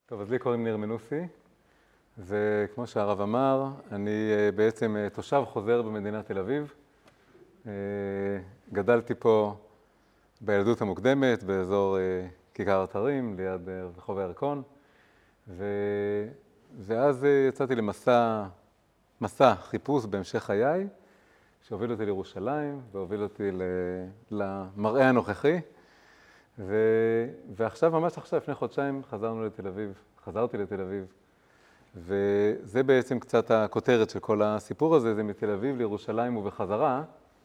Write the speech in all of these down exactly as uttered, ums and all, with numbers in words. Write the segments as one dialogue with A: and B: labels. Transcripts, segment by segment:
A: טוב, אז לי קוראים ניר מנוסי, וכמו שהרב אמר, אני בעצם תושב חוזר במדינת תל אביב. גדלתי פה בילדות המוקדמת, באזור כיכר אתרים, ליד רחוב הירקון, ו... ואז יצאתי למסע, מסע חיפוש בהמשך חיי, שהוביל אותי לירושלים, והוביל אותי ל... למראה הנוכחי. ו... ועכשיו, ממש עכשיו, לפני חודשיים, חזרנו לתל אביב, חזרתי לתל אביב, וזה בעצם קצת הכותרת של כל הסיפור הזה, זה מתל אביב לירושלים ובחזרה,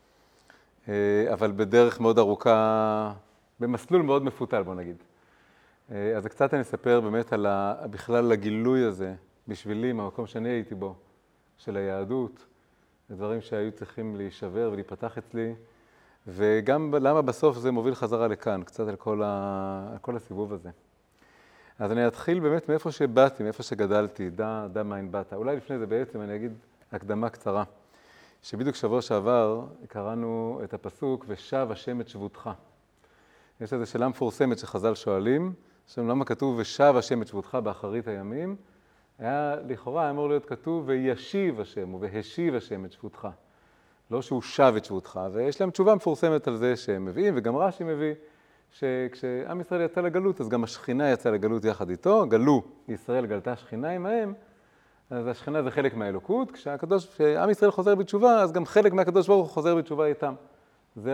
A: אבל בדרך מאוד ארוכה, במסלול מאוד מפותל, בוא נגיד. אז קצת אני אספר באמת על ה... בכלל הגילוי הזה, בשבילי, מהמקום שאני הייתי בו, של היהדות, דברים שהיו צריכים להישבר ולהיפתח אצלי, וגם למה בסוף זה מוביל חזרה לכאן, קצת על כל, ה... על כל הסיבוב הזה. אז אני אתחיל באמת מאיפה שבאתי, מאיפה שגדלתי, דע, דע מאין באת. אולי לפני זה בעצם אני אגיד הקדמה קצרה, שבדיוק שבוע שעבר קראנו את הפסוק, ושב השם את שבותך. יש איזו שאלה מפורסמת שחז"ל שואלים, שם למה כתוב ושב השם את שבותך באחרית הימים, היה לכאורה היה אמור להיות כתוב וישיב השם, והשיב השם את שבותך. לא שהוא שב את שבותך, ויש להם תשובה מפורסמת על זה שהם מביאים, וגם רש"י מביא, שכשעם ישראל יצא לגלות, אז גם השכינה יצאה לגלות יחד איתו, גלו, ישראל גלתה שכינה עמהם, אז השכינה זה חלק מהאלוקות, כשהקדוש, כשעם ישראל חוזר בתשובה, אז גם חלק מהקדוש ברוך הוא חוזר בתשובה איתם. זה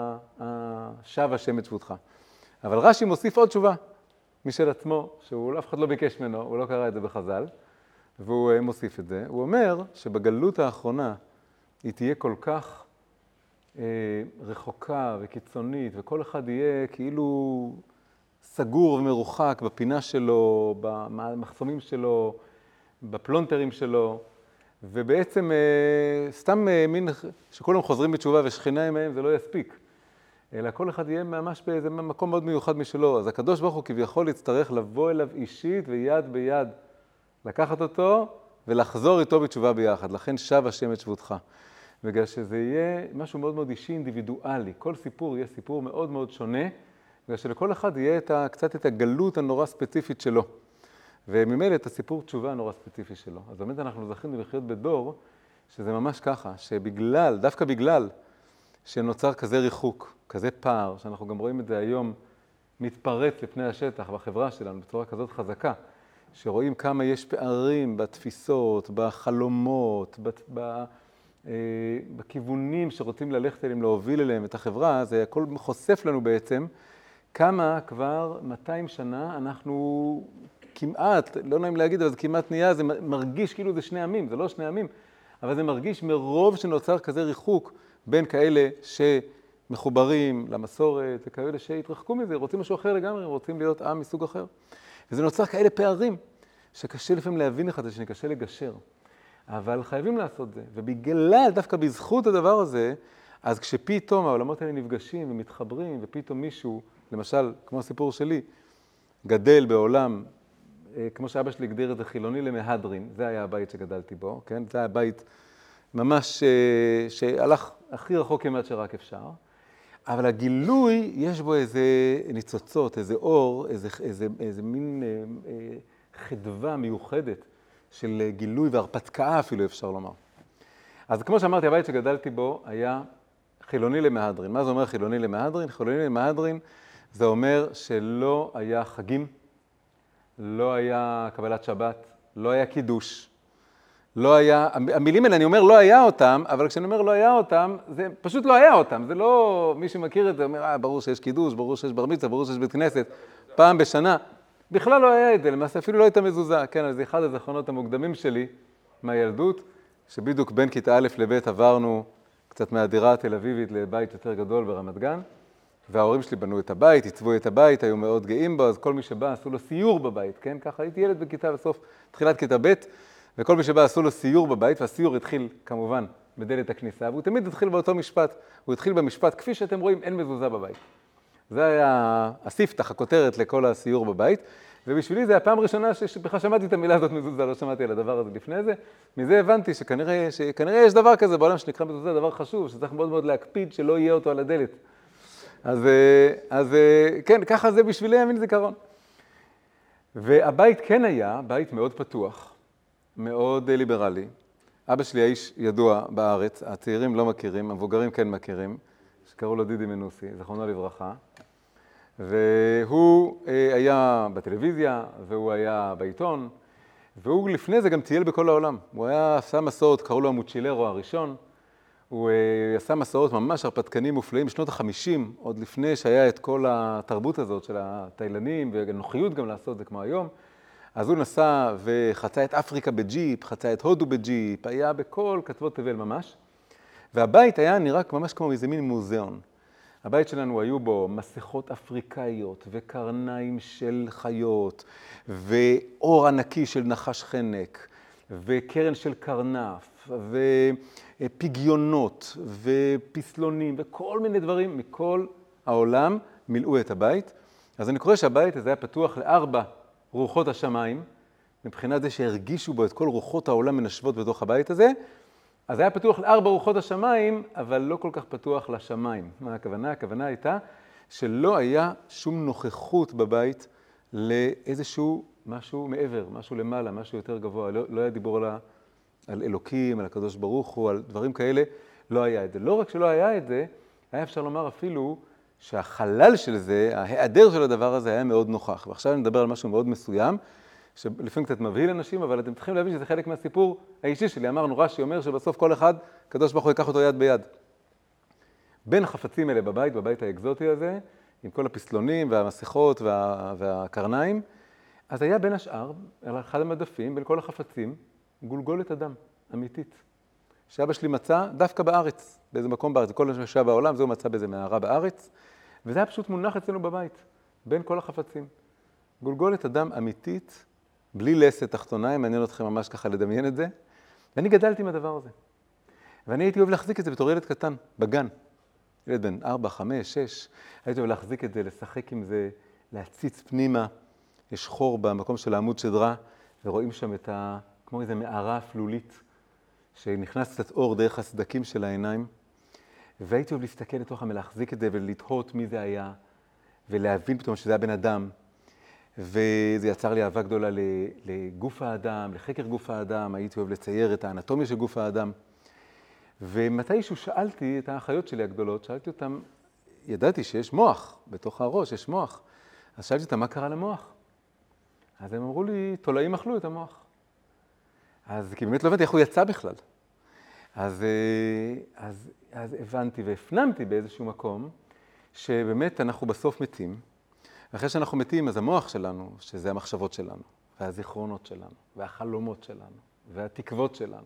A: השב השם את שבותך. אבל רש"י מוסיף עוד תשובה, משל עצמו, שהוא אף אחד לא ביקש ממנו, הוא לא קרא את זה בחז"ל, והוא מוסיף את זה. הוא אומר שבגלות האחרונה היא תהיה כל כך אה, רחוקה וקיצונית, וכל אחד יהיה כאילו סגור ומרוחק בפינה שלו, במחסומים שלו, בפלונטרים שלו, ובעצם אה, סתם אה, מין שכולם חוזרים בתשובה ושכינה עמהם זה לא יספיק, אלא כל אחד יהיה ממש באיזה מקום מאוד מיוחד משלו. אז הקדוש ברוך הוא כביכול יצטרך לבוא אליו אישית ויד ביד, לקחת אותו ולחזור איתו בתשובה ביחד. לכן שב השם את שבותך. בגלל שזה יהיה משהו מאוד מאוד אישי, אינדיבידואלי. כל סיפור יהיה סיפור מאוד מאוד שונה, בגלל שלכל אחד יהיה את ה, קצת את הגלות הנורא ספציפית שלו. וממילא את הסיפור תשובה הנורא ספציפי שלו. אז באמת אנחנו זכינו לחיות בדור שזה ממש ככה, שבגלל, דווקא בגלל שנוצר כזה ריחוק, כזה פער, שאנחנו גם רואים את זה היום מתפרץ לפני השטח בחברה שלנו בצורה כזאת חזקה, שרואים כמה יש פערים בתפיסות, בחלומות, ב... בכיוונים שרוצים ללכת אליהם, להוביל אליהם את החברה, זה הכל חושף לנו בעצם כמה כבר מאתיים שנה אנחנו כמעט, לא נעים להגיד, אבל זה כמעט נהיה, זה מרגיש כאילו זה שני עמים, זה לא שני עמים, אבל זה מרגיש מרוב שנוצר כזה ריחוק בין כאלה שמחוברים למסורת וכאלה שהתרחקו מזה, רוצים משהו אחר לגמרי, רוצים להיות עם מסוג אחר. וזה נוצר כאלה פערים שקשה לפעמים להבין אחד, שקשה לגשר. אבל חייבים לעשות זה, ובגלל, דווקא בזכות הדבר הזה, אז כשפתאום העולמות האלה נפגשים ומתחברים, ופתאום מישהו, למשל, כמו הסיפור שלי, גדל בעולם, כמו שאבא שלי הגדיר את זה, חילוני למהדרין, זה היה הבית שגדלתי בו, כן? זה היה הבית ממש שהלך הכי רחוק כמעט שרק אפשר, אבל הגילוי, יש בו איזה ניצוצות, איזה אור, איזה, איזה, איזה מין חדווה מיוחדת, של גילוי והרפתקה אפילו אפשר לומר. אז כמו שאמרתי, הבית שגדלתי בו היה חילוני למהדרין. מה זה אומר חילוני למהדרין? חילוני למהדרין זה אומר שלא היה חגים, לא היה קבלת שבת, לא היה קידוש, לא היה, המילים האלה אני אומר לא היה אותם, אבל כשאני אומר לא היה אותם, זה פשוט לא היה אותם. זה לא, מי שמכיר את זה אומר, אה, ברור שיש קידוש, ברור שיש בר מצווה, ברור שיש בית כנסת, פעם בשנה. בכלל לא היה את זה, למעשה אפילו לא הייתה מזוזה. כן, אז זה אחד הזיכרונות המוקדמים שלי מהילדות, שבדיוק בין כיתה א' לב' עברנו קצת מהדירה התל אביבית לבית יותר גדול ברמת גן, וההורים שלי בנו את הבית, עיצבו את הבית, היו מאוד גאים בו, אז כל מי שבא עשו לו סיור בבית, כן? ככה הייתי ילד בכיתה בסוף, תחילת כיתה ב', וכל מי שבא עשו לו סיור בבית, והסיור התחיל כמובן בדלת הכניסה, והוא תמיד התחיל באותו משפט, הוא התחיל במשפט, כפי שאתם רואים, אין מזוזה בבית. זה היה הספתח, הכותרת לכל הסיור בבית, ובשבילי זה הפעם הראשונה שבכלל שמעתי את המילה הזאת מזוזה, לא שמעתי על הדבר הזה לפני זה. מזה הבנתי שכנראה, שכנראה יש דבר כזה בעולם שנקרא מזוזה, דבר חשוב, שצריך מאוד מאוד להקפיד שלא יהיה אותו על הדלת. אז, אז כן, ככה זה בשבילי המין זיכרון. והבית כן היה בית מאוד פתוח, מאוד ליברלי. אבא שלי האיש ידוע בארץ, הצעירים לא מכירים, המבוגרים כן מכירים, שקראו לו דידי מנוסי, זכרונו לברכה. והוא היה בטלוויזיה, והוא היה בעיתון, והוא לפני זה גם טייל בכל העולם. הוא היה עשה מסעות, קראו לו המוצ'ילרו הראשון. הוא עשה מסעות ממש הרפתקנים מופלאים בשנות ה-חמישים, עוד לפני שהיה את כל התרבות הזאת של התאילנים, ונוחיות גם לעשות זה כמו היום. אז הוא נסע וחצה את אפריקה בג'יפ, חצה את הודו בג'יפ, היה בכל כתבות תבל ממש. והבית היה נראה ממש כמו איזה מין מוזיאון. הבית שלנו היו בו מסכות אפריקאיות וקרניים של חיות, ואור ענקי של נחש חנק, וקרן של קרנף, ופגיונות, ופסלונים, וכל מיני דברים מכל העולם מילאו את הבית. אז אני קורא שהבית הזה היה פתוח לארבע רוחות השמיים, מבחינת זה שהרגישו בו את כל רוחות העולם מנשבות בתוך הבית הזה. אז היה פתוח לארבע רוחות השמיים, אבל לא כל כך פתוח לשמיים. מה הכוונה? הכוונה הייתה שלא היה שום נוכחות בבית לאיזשהו משהו מעבר, משהו למעלה, משהו יותר גבוה. לא, לא היה דיבור על, על אלוקים, על הקדוש ברוך הוא, על דברים כאלה, לא היה את זה. לא רק שלא היה את זה, היה אפשר לומר אפילו שהחלל של זה, ההיעדר של הדבר הזה היה מאוד נוכח. ועכשיו אני מדבר על משהו מאוד מסוים, שלפעמים קצת מבהיל אנשים, אבל אתם צריכים להבין שזה חלק מהסיפור האישי שלי. אמרנו רש"י אומר שבסוף כל אחד, הקדוש ברוך הוא ייקח אותו יד ביד. בין החפצים האלה בבית, בבית האקזוטי הזה, עם כל הפסלונים והמסכות וה, והקרניים, אז היה בין השאר, על אחד המדפים, בין כל החפצים, גולגולת אדם, אמיתית. שאבא שלי מצא דווקא בארץ, באיזה מקום בארץ, כל מה שהיה בעולם, זהו מצא באיזה מערה בארץ, וזה היה פשוט מונח אצלנו בבית, בין כל החפצים. גולגולת אדם אמיתית, בלי לסת תחתונה, אם מעניין אתכם ממש ככה לדמיין את זה. ואני גדלתי עם הדבר הזה. ואני הייתי אוהב להחזיק את זה בתור ילד קטן, בגן. ילד בן ארבע, חמש, שש. הייתי אוהב להחזיק את זה, לשחק עם זה, להציץ פנימה. יש חור במקום של העמוד שדרה, ורואים שם את ה... כמו איזו מערה אפלולית, שנכנס קצת אור דרך הסדקים של העיניים. והייתי אוהב להסתכל לתוך המלהחזיק את זה, ולתהות מי זה היה, ולהבין פתאום שזה היה בן אדם. וזה יצר לי אהבה גדולה לגוף האדם, לחקר גוף האדם, הייתי אוהב לצייר את האנטומיה של גוף האדם. ומתישהו שאלתי את האחיות שלי הגדולות, שאלתי אותם, ידעתי שיש מוח, בתוך הראש יש מוח. אז שאלתי אותם, מה קרה למוח? אז הם אמרו לי, תולעים אכלו את המוח. אז כי באמת לא הבנתי איך הוא יצא בכלל. אז, אז, אז הבנתי והפנמתי באיזשהו מקום, שבאמת אנחנו בסוף מתים, ואחרי שאנחנו מתים, אז המוח שלנו, שזה המחשבות שלנו, והזיכרונות שלנו, והחלומות שלנו, והתקוות שלנו,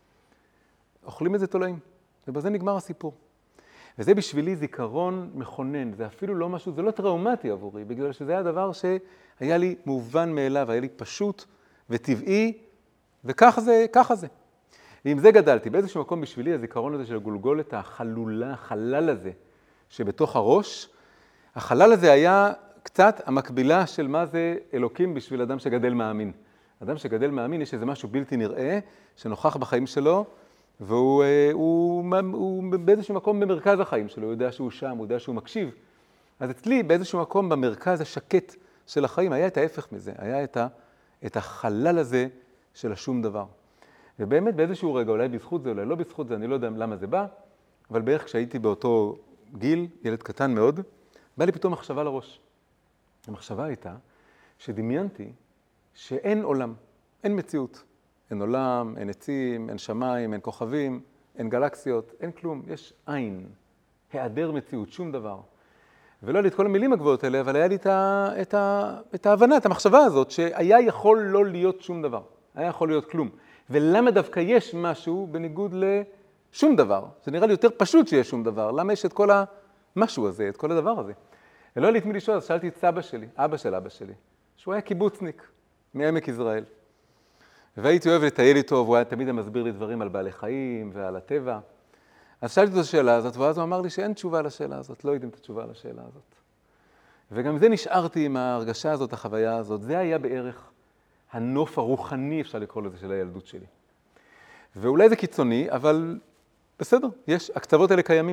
A: אוכלים את זה תולעים, ובזה נגמר הסיפור. וזה בשבילי זיכרון מכונן, זה אפילו לא משהו, זה לא טראומטי עבורי, בגלל שזה היה דבר שהיה לי מובן מאליו, היה לי פשוט וטבעי, וכך זה, ככה זה. ועם זה גדלתי, באיזשהו מקום בשבילי הזיכרון הזה של הגולגולת, החלולה, החלל הזה, שבתוך הראש, החלל הזה היה קצת המקבילה של מה זה אלוקים בשביל אדם שגדל מאמין. אדם שגדל מאמין, יש איזה משהו בלתי נראה, שנוכח בחיים שלו, והוא הוא, הוא, הוא באיזשהו מקום במרכז החיים שלו, הוא יודע שהוא שם, הוא יודע שהוא מקשיב. אז אצלי באיזשהו מקום במרכז השקט של החיים, היה את ההפך מזה, היה את, ה, את החלל הזה של השום דבר. ובאמת באיזשהו רגע, אולי בזכות זה, אולי לא בזכות זה, אני לא יודע למה זה בא, אבל בערך כשהייתי באותו גיל, ילד קטן מאוד, בא לי פתאום מחשבה לראש. המחשבה הייתה שדמיינתי שאין עולם, אין מציאות. אין עולם, אין עצים, אין שמיים, אין כוכבים, אין גלקסיות, אין כלום. יש עין, היעדר מציאות, שום דבר. ולא היה לי את כל המילים הגבוהות האלה, אבל היה לי את, ה, את, ה, את ההבנה, את המחשבה הזאת, שהיה יכול לא להיות שום דבר. היה יכול להיות כלום. ולמה דווקא יש משהו בניגוד לשום דבר? זה נראה לי יותר פשוט שיש שום דבר. למה יש את כל המשהו הזה, את כל הדבר הזה? ולא היה לי את מי לשאול, אז שאלתי את סבא שלי, אבא של אבא שלי, שהוא היה קיבוצניק מעמק יזרעאל. והייתי אוהב לטייל איתו, והוא היה תמיד מסביר לי דברים על בעלי חיים ועל הטבע. אז שאלתי אותו השאלה הזאת, ואז הוא אמר לי שאין תשובה לשאלה הזאת, לא יודעים את התשובה לשאלה הזאת. וגם זה נשארתי עם ההרגשה הזאת, החוויה הזאת. זה היה בערך הנוף הרוחני, אפשר לקרוא לזה, של הילדות שלי. ואולי זה קיצוני, אבל בסדר, יש, הקצוות האלה קיימים.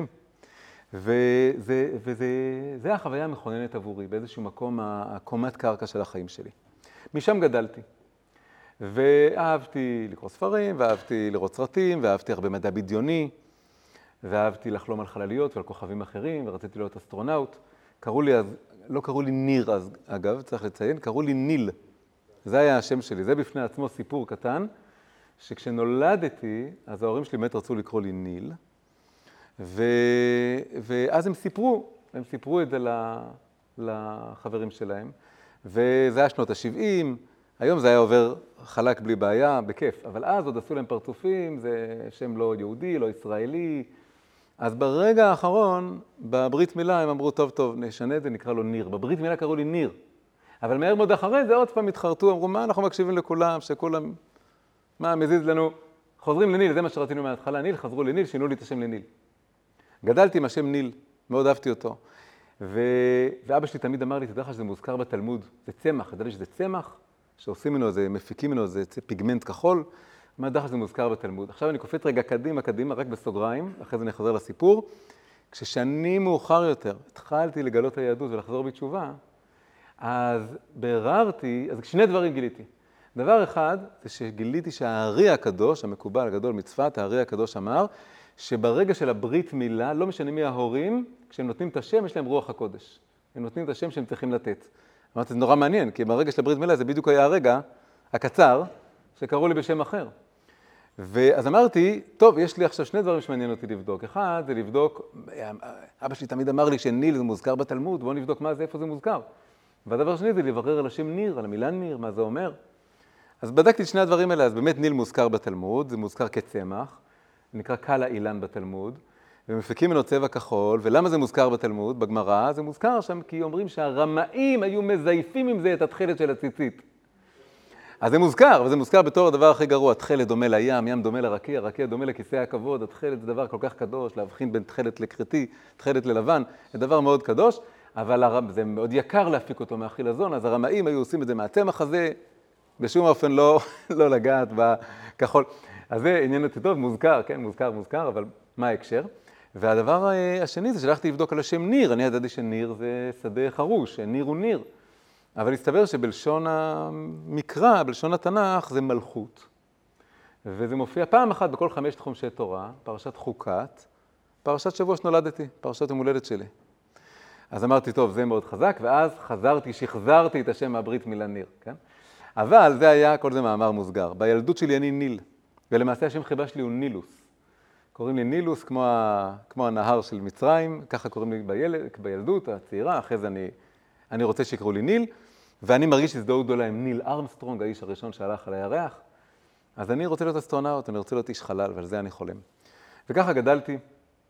A: וזה, וזה, זה החוויה המכוננת עבורי, באיזשהו מקום, הקומת קרקע של החיים שלי. משם גדלתי. ואהבתי לקרוא ספרים, ואהבתי לראות סרטים, ואהבתי הרבה מדע בדיוני, ואהבתי לחלום על חלליות ועל כוכבים אחרים, ורציתי להיות אסטרונאוט. קראו לי אז, לא קראו לי ניר אז, אגב, צריך לציין, קראו לי ניל. זה היה השם שלי. זה בפני עצמו סיפור קטן, שכשנולדתי, אז ההורים שלי באמת רצו לקרוא לי ניל, ו... ואז הם סיפרו, הם סיפרו את זה לחברים שלהם, וזה היה שנות ה-שבעים, היום זה היה עובר חלק בלי בעיה, בכיף, אבל אז עוד עשו להם פרצופים, זה שם לא יהודי, לא ישראלי, אז ברגע האחרון, בברית מילה, הם אמרו, טוב, טוב, נשנה את זה, נקרא לו ניר. בברית מילה קראו לי ניר, אבל מהר מאוד אחרי זה עוד פעם התחרטו, אמרו, מה, אנחנו מקשיבים לכולם, שכולם, מה, מזיז לנו, חוזרים לניל, זה מה שרצינו מההתחלה, ניל, חזרו לניל, שינו לי את השם לניל. גדלתי עם השם ניל, מאוד אהבתי אותו. ו... ואבא שלי תמיד אמר לי, תדע לך שזה מוזכר בתלמוד, זה צמח, תדע לי שזה צמח, שעושים ממנו, זה מפיקים ממנו, זה פיגמנט כחול, מה תדע לך שזה מוזכר בתלמוד. עכשיו אני קופץ רגע קדימה, קדימה, רק בסוגריים, אחרי זה אני חוזר לסיפור. כששנים מאוחר יותר התחלתי לגלות את היהדות ולחזור בתשובה, אז בררתי, אז שני דברים גיליתי. דבר אחד, זה שגיליתי שהארי הקדוש, המקובל הגדול מצפת, הארי הקדוש אמר, שברגע של הברית מילה, לא משנה מי ההורים, כשהם נותנים את השם, יש להם רוח הקודש. הם נותנים את השם שהם צריכים לתת. אמרתי, זה נורא מעניין, כי ברגע של הברית מילה, זה בדיוק היה הרגע הקצר, שקראו לי בשם אחר. ואז אמרתי, טוב, יש לי עכשיו שני דברים שמעניין אותי לבדוק. אחד, זה לבדוק, אבא שלי תמיד אמר לי שניל זה מוזכר בתלמוד, בואו נבדוק מה זה, איפה זה מוזכר. והדבר שני זה לברר על השם ניר, על המילה ניר, מה זה אומר. אז בדקתי את שני הדברים האלה, אז באמת ניל מוזכר בתלמוד, זה מוזכר כצמח, נקרא קל האילן בתלמוד, ומפיקים ממנו צבע כחול, ולמה זה מוזכר בתלמוד? בגמרא זה מוזכר שם כי אומרים שהרמאים היו מזייפים עם זה את התכלת של הציצית. אז זה מוזכר, אבל זה מוזכר בתור הדבר הכי גרוע, התכלת דומה לים, ים דומה לרקיע, הרקיע דומה לכיסא הכבוד, התכלת זה דבר כל כך קדוש, להבחין בין תכלת לכרתי, תכלת ללבן, זה דבר מאוד קדוש, אבל הרמ... זה מאוד יקר להפיק אותו מהחילזון, אז הרמאים היו עושים את זה מהצמח הזה, בשום אופן לא, לא לגעת בכחול. אז זה עניין אותי טוב, מוזכר, כן, מוזכר, מוזכר, אבל מה ההקשר? והדבר השני זה שלחתי לבדוק על השם ניר, אני ידעתי שניר זה שדה חרוש, ניר הוא ניר. אבל הסתבר שבלשון המקרא, בלשון התנ"ך, זה מלכות. וזה מופיע פעם אחת בכל חמשת חומשי תורה, פרשת חוקת, פרשת שבוע שנולדתי, פרשת יום הולדת שלי. אז אמרתי, טוב, זה מאוד חזק, ואז חזרתי, שחזרתי את השם מהברית מילה ניר, כן? אבל זה היה, כל זה מאמר מוסגר. בילדות שלי אני ניל, ולמעשה השם חיבה שלי הוא נילוס. קוראים לי נילוס כמו, ה, כמו הנהר של מצרים, ככה קוראים לי בילד, בילדות הצעירה, אחרי זה אני, אני רוצה שיקראו לי ניל, ואני מרגיש הזדהות גדולה עם ניל ארמסטרונג, האיש הראשון שהלך על הירח. אז אני רוצה להיות אסטרונאוט, אני רוצה להיות איש חלל, ועל זה אני חולם. וככה גדלתי,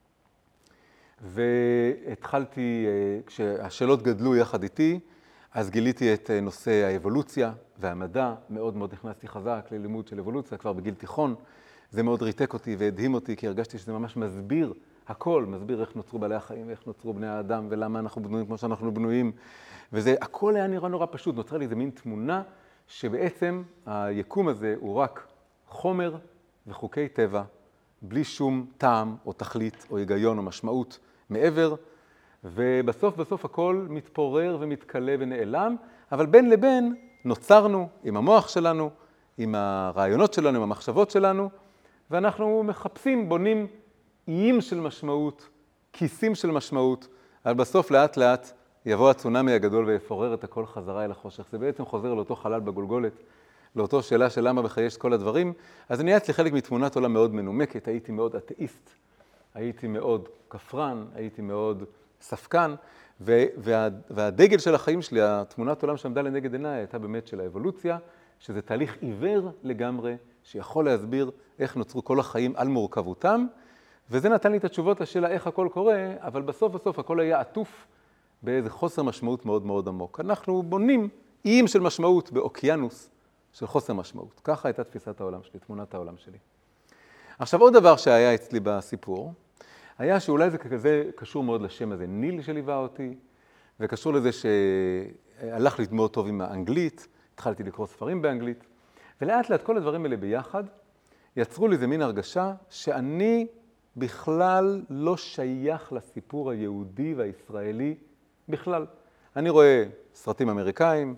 A: והתחלתי, כשהשאלות גדלו יחד איתי, אז גיליתי את נושא האבולוציה והמדע, מאוד מאוד נכנסתי חזק ללימוד של אבולוציה, כבר בגיל תיכון. זה מאוד ריתק אותי והדהים אותי, כי הרגשתי שזה ממש מסביר הכל, מסביר איך נוצרו בעלי החיים ואיך נוצרו בני האדם, ולמה אנחנו בנויים כמו שאנחנו בנויים. וזה, הכל היה נראה נורא פשוט, נוצרה לי איזה מין תמונה, שבעצם היקום הזה הוא רק חומר וחוקי טבע, בלי שום טעם או תכלית או היגיון או משמעות מעבר, ובסוף בסוף הכל מתפורר ומתקלה ונעלם, אבל בין לבין נוצרנו עם המוח שלנו, עם הרעיונות שלנו, עם המחשבות שלנו, ואנחנו מחפשים, בונים איים של משמעות, כיסים של משמעות, אבל בסוף לאט לאט יבוא הצונמי הגדול ויפורר את הכל חזרה אל החושך. זה בעצם חוזר לאותו חלל בגולגולת, לאותו שאלה של למה בחיי יש כל הדברים. אז אני נהייתי חלק מתמונת עולם מאוד מנומקת, הייתי מאוד אתאיסט, הייתי מאוד כפרן, הייתי מאוד ספקן, וה, והדגל של החיים שלי, התמונת עולם שעמדה לנגד עיניי, הייתה באמת של האבולוציה, שזה תהליך עיוור לגמרי, שיכול להסביר איך נוצרו כל החיים על מורכבותם, וזה נתן לי את התשובות לשאלה איך הכל קורה, אבל בסוף בסוף הכל היה עטוף באיזה חוסר משמעות מאוד מאוד עמוק. אנחנו בונים איים של משמעות באוקיינוס של חוסר משמעות. ככה הייתה תפיסת העולם שלי, תמונת העולם שלי. עכשיו עוד דבר שהיה אצלי בסיפור, היה שאולי זה כזה קשור מאוד לשם הזה, ניל שליווה אותי, וקשור לזה שהלך לי מאוד טוב עם האנגלית, התחלתי לקרוא ספרים באנגלית, ולאט לאט כל הדברים האלה ביחד יצרו לי איזה מין הרגשה שאני בכלל לא שייך לסיפור היהודי והישראלי בכלל. אני רואה סרטים אמריקאים,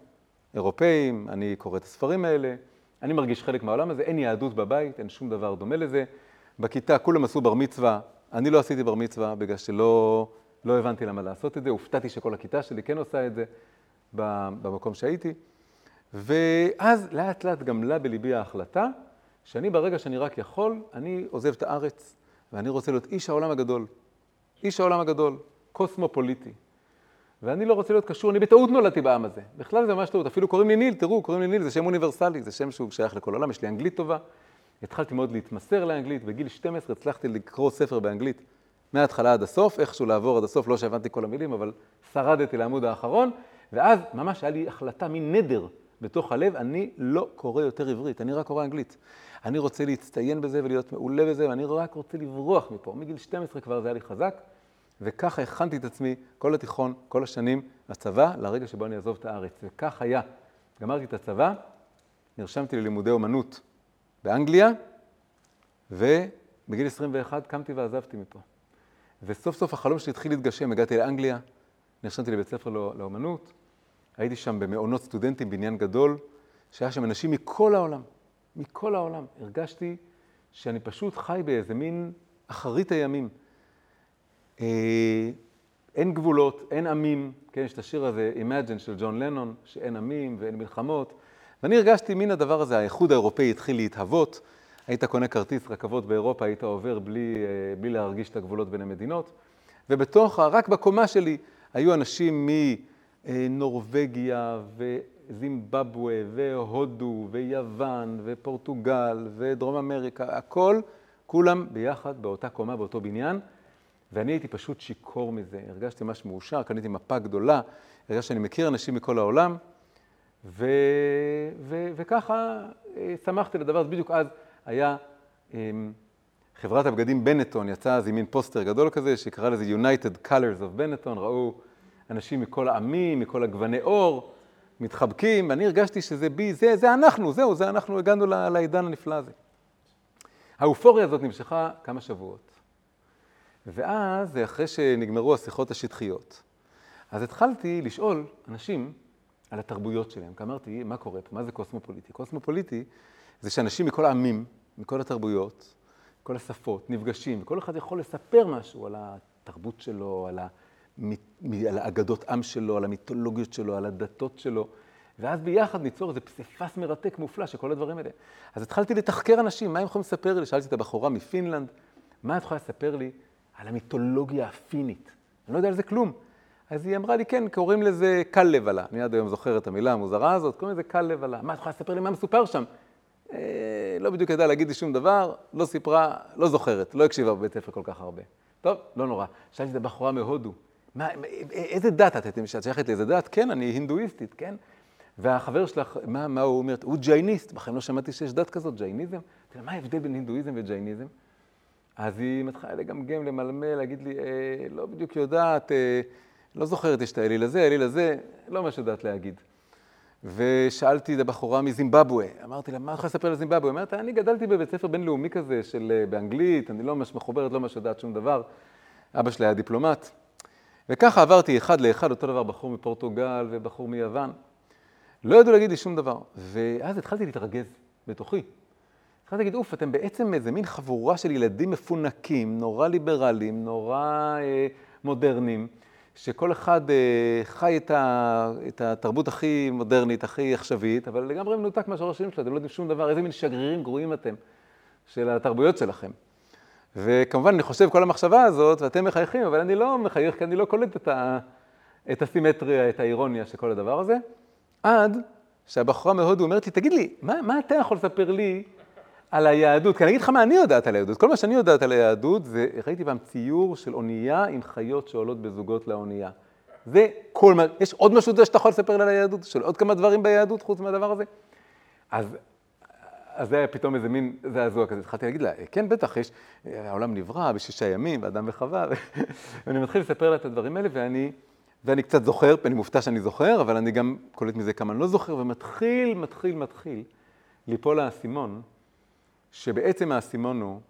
A: אירופאים, אני קורא את הספרים האלה, אני מרגיש חלק מהעולם הזה, אין יהדות בבית, אין שום דבר דומה לזה. בכיתה כולם עשו בר מצווה, אני לא עשיתי בר מצווה בגלל שלא לא הבנתי למה לעשות את זה, הופתעתי שכל הכיתה שלי כן עושה את זה במקום שהייתי. ואז לאט לאט גמלה בליבי ההחלטה, שאני ברגע שאני רק יכול, אני עוזב את הארץ, ואני רוצה להיות איש העולם הגדול. איש העולם הגדול, קוסמופוליטי. ואני לא רוצה להיות קשור, אני בטעות נולדתי בעם הזה. בכלל זה ממש טעות, אפילו קוראים לי ניל, תראו, קוראים לי ניל, זה שם אוניברסלי, זה שם שהוא שייך לכל העולם, יש לי אנגלית טובה. התחלתי מאוד להתמסר לאנגלית, בגיל שתים עשרה הצלחתי לקרוא ספר באנגלית, מההתחלה עד הסוף, איכשהו לעבור עד הסוף, לא שהבנתי כל המילים, אבל שרדתי לעמוד האחרון, ואז ממש היה לי החלטה מנדר בתוך הלב, אני לא קורא יותר עברית, אני רק קורא אנגלית. אני רוצה להצטיין בזה ולהיות מעולה בזה, ואני רק רוצה לברוח מפה. מגיל שתים עשרה כבר זה היה לי חזק, וככה הכנתי את עצמי כל התיכון, כל השנים, לצבא, לרגע שבו אני אעזוב את הארץ. וכך היה. גמרתי את הצבא, נרשמתי ללימודי אומנות באנגליה, ובגיל עשרים ואחת קמתי ועזבתי מפה. וסוף סוף החלום שלי התחיל להתגשם, הגעתי לאנגליה, נרשמתי לבית ספר לאומנות, הייתי שם במעונות סטודנטים, בניין גדול, שהיה שם אנשים מכל העולם, מכל העולם. הרגשתי שאני פשוט חי באיזה מין אחרית הימים. אין גבולות, אין עמים, כן, יש את השיר הזה, Imagine של ג'ון לנון, שאין עמים ואין מלחמות. ואני הרגשתי מן הדבר הזה, האיחוד האירופאי התחיל להתהוות, היית קונה כרטיס רכבות באירופה, היית עובר בלי, בלי להרגיש את הגבולות בין המדינות. ובתוך, רק בקומה שלי, היו אנשים מנורווגיה וזימבבואה והודו ויוון ופורטוגל ודרום אמריקה, הכל, כולם ביחד באותה קומה, באותו בניין. ואני הייתי פשוט שיקור מזה, הרגשתי ממש מאושר, קניתי מפה גדולה, הרגשתי שאני מכיר אנשים מכל העולם, ו... ו... וככה שמחתי לדבר. אז בדיוק אז היה חברת הבגדים בנטון, יצאה אז עם מין פוסטר גדול כזה, שקרא לזה United Colors of Benetton, ראו אנשים מכל העמים, מכל הגווני אור, מתחבקים, ואני הרגשתי שזה בי, זה, זה אנחנו, זהו, זה אנחנו הגענו לעידן הנפלא הזה. האופוריה הזאת נמשכה כמה שבועות. ואז, אחרי שנגמרו השיחות השטחיות, אז התחלתי לשאול אנשים על התרבויות שלהם. כי אמרתי, מה קורה פה? מה זה קוסמופוליטי? קוסמופוליטי זה שאנשים מכל העמים, מכל התרבויות, כל השפות, נפגשים, וכל אחד יכול לספר משהו על התרבות שלו, על, המת... על האגדות עם שלו, על המיתולוגיות שלו, על הדתות שלו, ואז ביחד ניצור איזה פסיפס מרתק מופלא של כל הדברים האלה. אז התחלתי לתחקר אנשים, מה הם יכולים לספר לי? שאלתי את הבחורה מפינלנד, מה את יכולה לספר לי על המיתולוגיה הפינית? אני לא יודע על זה כלום. אז היא אמרה לי, כן, קוראים לזה קל לבלה. אני עד היום זוכר את המילה המוזרה הזאת, קוראים לזה קל לבלה. מה את יכולה לספר לי מה מסופר שם? אה, לא בדיוק ידעה להגיד לי שום דבר, לא סיפרה, לא זוכרת, לא הקשיבה בבית ספר כל כך הרבה. טוב, לא נורא. שאלתי את הבחורה מהודו, מה, איזה דת את? את שייכת לאיזה דת? כן, אני הינדואיסטית, כן? והחבר שלך, מה, מה הוא אומר? הוא ג'ייניסט, בכלל לא שמעתי שיש דת כזאת, ג'ייניזם. תראה, מה ההבדל בין הינדואיזם וג'ייניזם? אז היא מתחילה לגמגם, למלמל, להגיד לי, אה, לא בדיוק יודעת, אה, לא זוכרת, יש את האליל הזה, האליל הזה, לא מה שיודעת להגיד. ושאלתי את הבחורה מזימבבואה, אמרתי לה, מה לך לספר לזימבבואה? אמרת, אני גדלתי בבית ספר בינלאומי כזה, של באנגלית, אני לא ממש מחוברת, לא ממש יודעת שום דבר. אבא שלי היה דיפלומט. וככה עברתי אחד לאחד, אותו דבר בחור מפורטוגל ובחור מיוון. לא ידעו להגיד לי שום דבר. ואז התחלתי להתרגז בתוכי. התחלתי להגיד, אוף, אתם בעצם איזה מין חבורה של ילדים מפונקים, נורא ליברליים, נורא אה, מודרניים, שכל אחד אה, חי את, ה, את התרבות הכי מודרנית, הכי עכשווית, אבל לגמרי מנותק מהשורשים שלו, אתם לא יודעים שום דבר, איזה מין שגרירים גרועים אתם של התרבויות שלכם. וכמובן, אני חושב כל המחשבה הזאת, ואתם מחייכים, אבל אני לא מחייך, כי אני לא קולט את, ה, את הסימטריה, את האירוניה של כל הדבר הזה. עד שהבחורה מהודו אומרת לי, תגיד לי, מה, מה אתה יכול לספר לי על היהדות? כי אני אגיד לך מה אני יודעת על היהדות. כל מה שאני יודעת על היהדות, זה ראיתי פעם ציור של אונייה עם חיות שעולות בזוגות לאונייה. זה כל מה, יש עוד משהו שאתה יכול לספר על היהדות? של עוד כמה דברים ביהדות חוץ מהדבר הזה? אז, אז זה היה פתאום איזה מין זעזוע כזה. התחלתי להגיד לה, כן, בטח, יש, העולם נברא בשישה ימים, באדם וחווה, ואני מתחיל לספר לה את הדברים האלה, ואני, ואני קצת זוכר, אני מופתע שאני זוכר, אבל אני גם קולט מזה כמה אני לא זוכר, ומתחיל, מתחיל, מתחיל ליפול האסימון, שבעצם האסימון הוא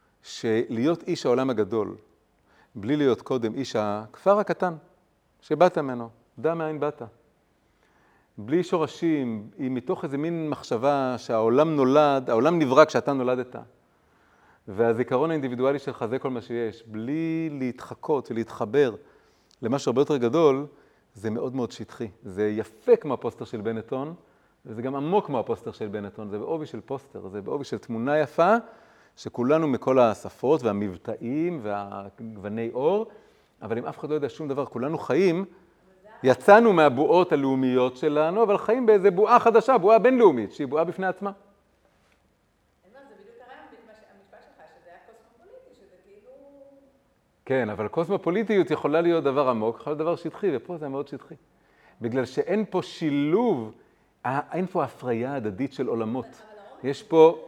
A: שלהיות איש העולם הגדול, בלי להיות קודם איש הכפר הקטן, שבאת ממנו, דע מאין באת. בלי שורשים, היא מתוך איזה מין מחשבה שהעולם נולד, העולם נברא כשאתה נולדת. והזיכרון האינדיבידואלי שלך זה כל מה שיש, בלי להתחקות ולהתחבר למשהו הרבה יותר גדול, זה מאוד מאוד שטחי. זה יפה כמו הפוסטר של בנטון, וזה גם עמוק כמו הפוסטר של בנטון. זה בעובי של פוסטר, זה בעובי של תמונה יפה, שכולנו מכל השפות והמבטאים והגווני אור, אבל אם אף אחד לא יודע שום דבר, כולנו חיים, יצאנו מהבועות הלאומיות שלנו, אבל חיים באיזו בועה חדשה, בועה בינלאומית, שהיא בועה בפני עצמה. כן, אבל קוסמופוליטיות יכולה להיות דבר עמוק, יכול להיות דבר שטחי, ופה זה מאוד שטחי. בגלל שאין פה שילוב, אין פה הפריה הדדית של עולמות. יש פה...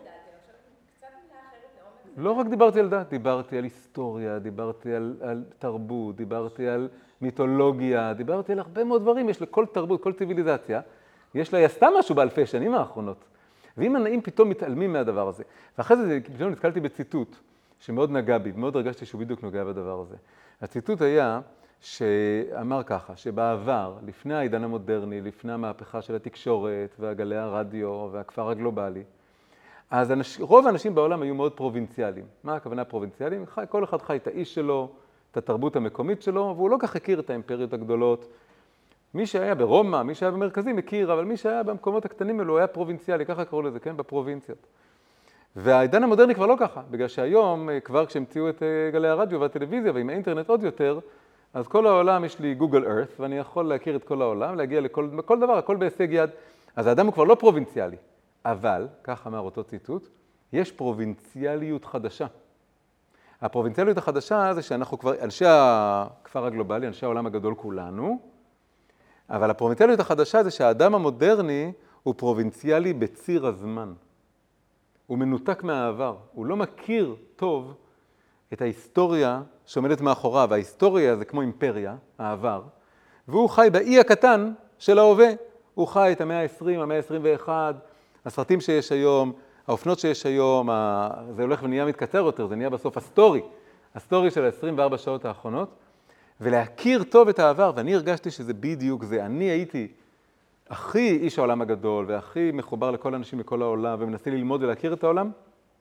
A: לא רק דיברתי על דת, דיברתי על היסטוריה, דיברתי על, על תרבות, דיברתי על מיתולוגיה, דיברתי על הרבה מאוד דברים. יש לכל תרבות, כל ציוויליזציה, יש לה יסתה משהו באלפי שנים האחרונות. ואם הנאים פתאום מתעלמים מהדבר הזה, ואחרי זה פתאום נתקלתי בציטוט, שמאוד נגע בי, מאוד הרגשתי שהוא בדיוק נוגע בדבר הזה. הציטוט היה שאמר ככה, שבעבר, לפני העידן המודרני, לפני המהפכה של התקשורת והגלי הרדיו והכפר הגלובלי, אז אנש, רוב האנשים בעולם היו מאוד פרובינציאליים. מה הכוונה פרובינציאליים? חי, כל אחד חי את האיש שלו, את התרבות המקומית שלו, והוא לא כך הכיר את האימפריות הגדולות. מי שהיה ברומא, מי שהיה במרכזים הכיר, אבל מי שהיה במקומות הקטנים האלו היה פרובינציאלי, ככה קראו לזה, כן? בפרובינציות. והעידן המודרני כבר לא ככה, בגלל שהיום, כבר כשהמציאו את גלי הרדיו והטלוויזיה, ועם האינטרנט עוד יותר, אז כל העולם יש לי גוגל ארת, ואני יכול להכיר את כל העולם, להגיע לכל כל דבר, הכל בהישג יד. אז האדם הוא כבר לא פרובינציאלי. אבל, כך אמר אותו ציטוט, יש פרובינציאליות חדשה. הפרובינציאליות החדשה זה שאנחנו כבר, אנשי הכפר הגלובלי, אנשי העולם הגדול כולנו, אבל הפרובינציאליות החדשה זה שהאדם המודרני הוא פרובינציאלי בציר הזמן. הוא מנותק מהעבר, הוא לא מכיר טוב את ההיסטוריה שעומדת מאחוריו. ההיסטוריה זה כמו אימפריה, העבר, והוא חי באי הקטן של ההווה. הוא חי את המאה ה-עשרים, המאה ה-עשרים ואחת, הסרטים שיש היום, האופנות שיש היום, זה הולך ונהיה מתקצר יותר, זה נהיה בסוף הסטורי, הסטורי של ה-עשרים וארבע שעות האחרונות, ולהכיר טוב את העבר, ואני הרגשתי שזה בדיוק זה. אני הייתי הכי איש העולם הגדול, והכי מחובר לכל אנשים מכל העולם, ומנסה ללמוד ולהכיר את העולם,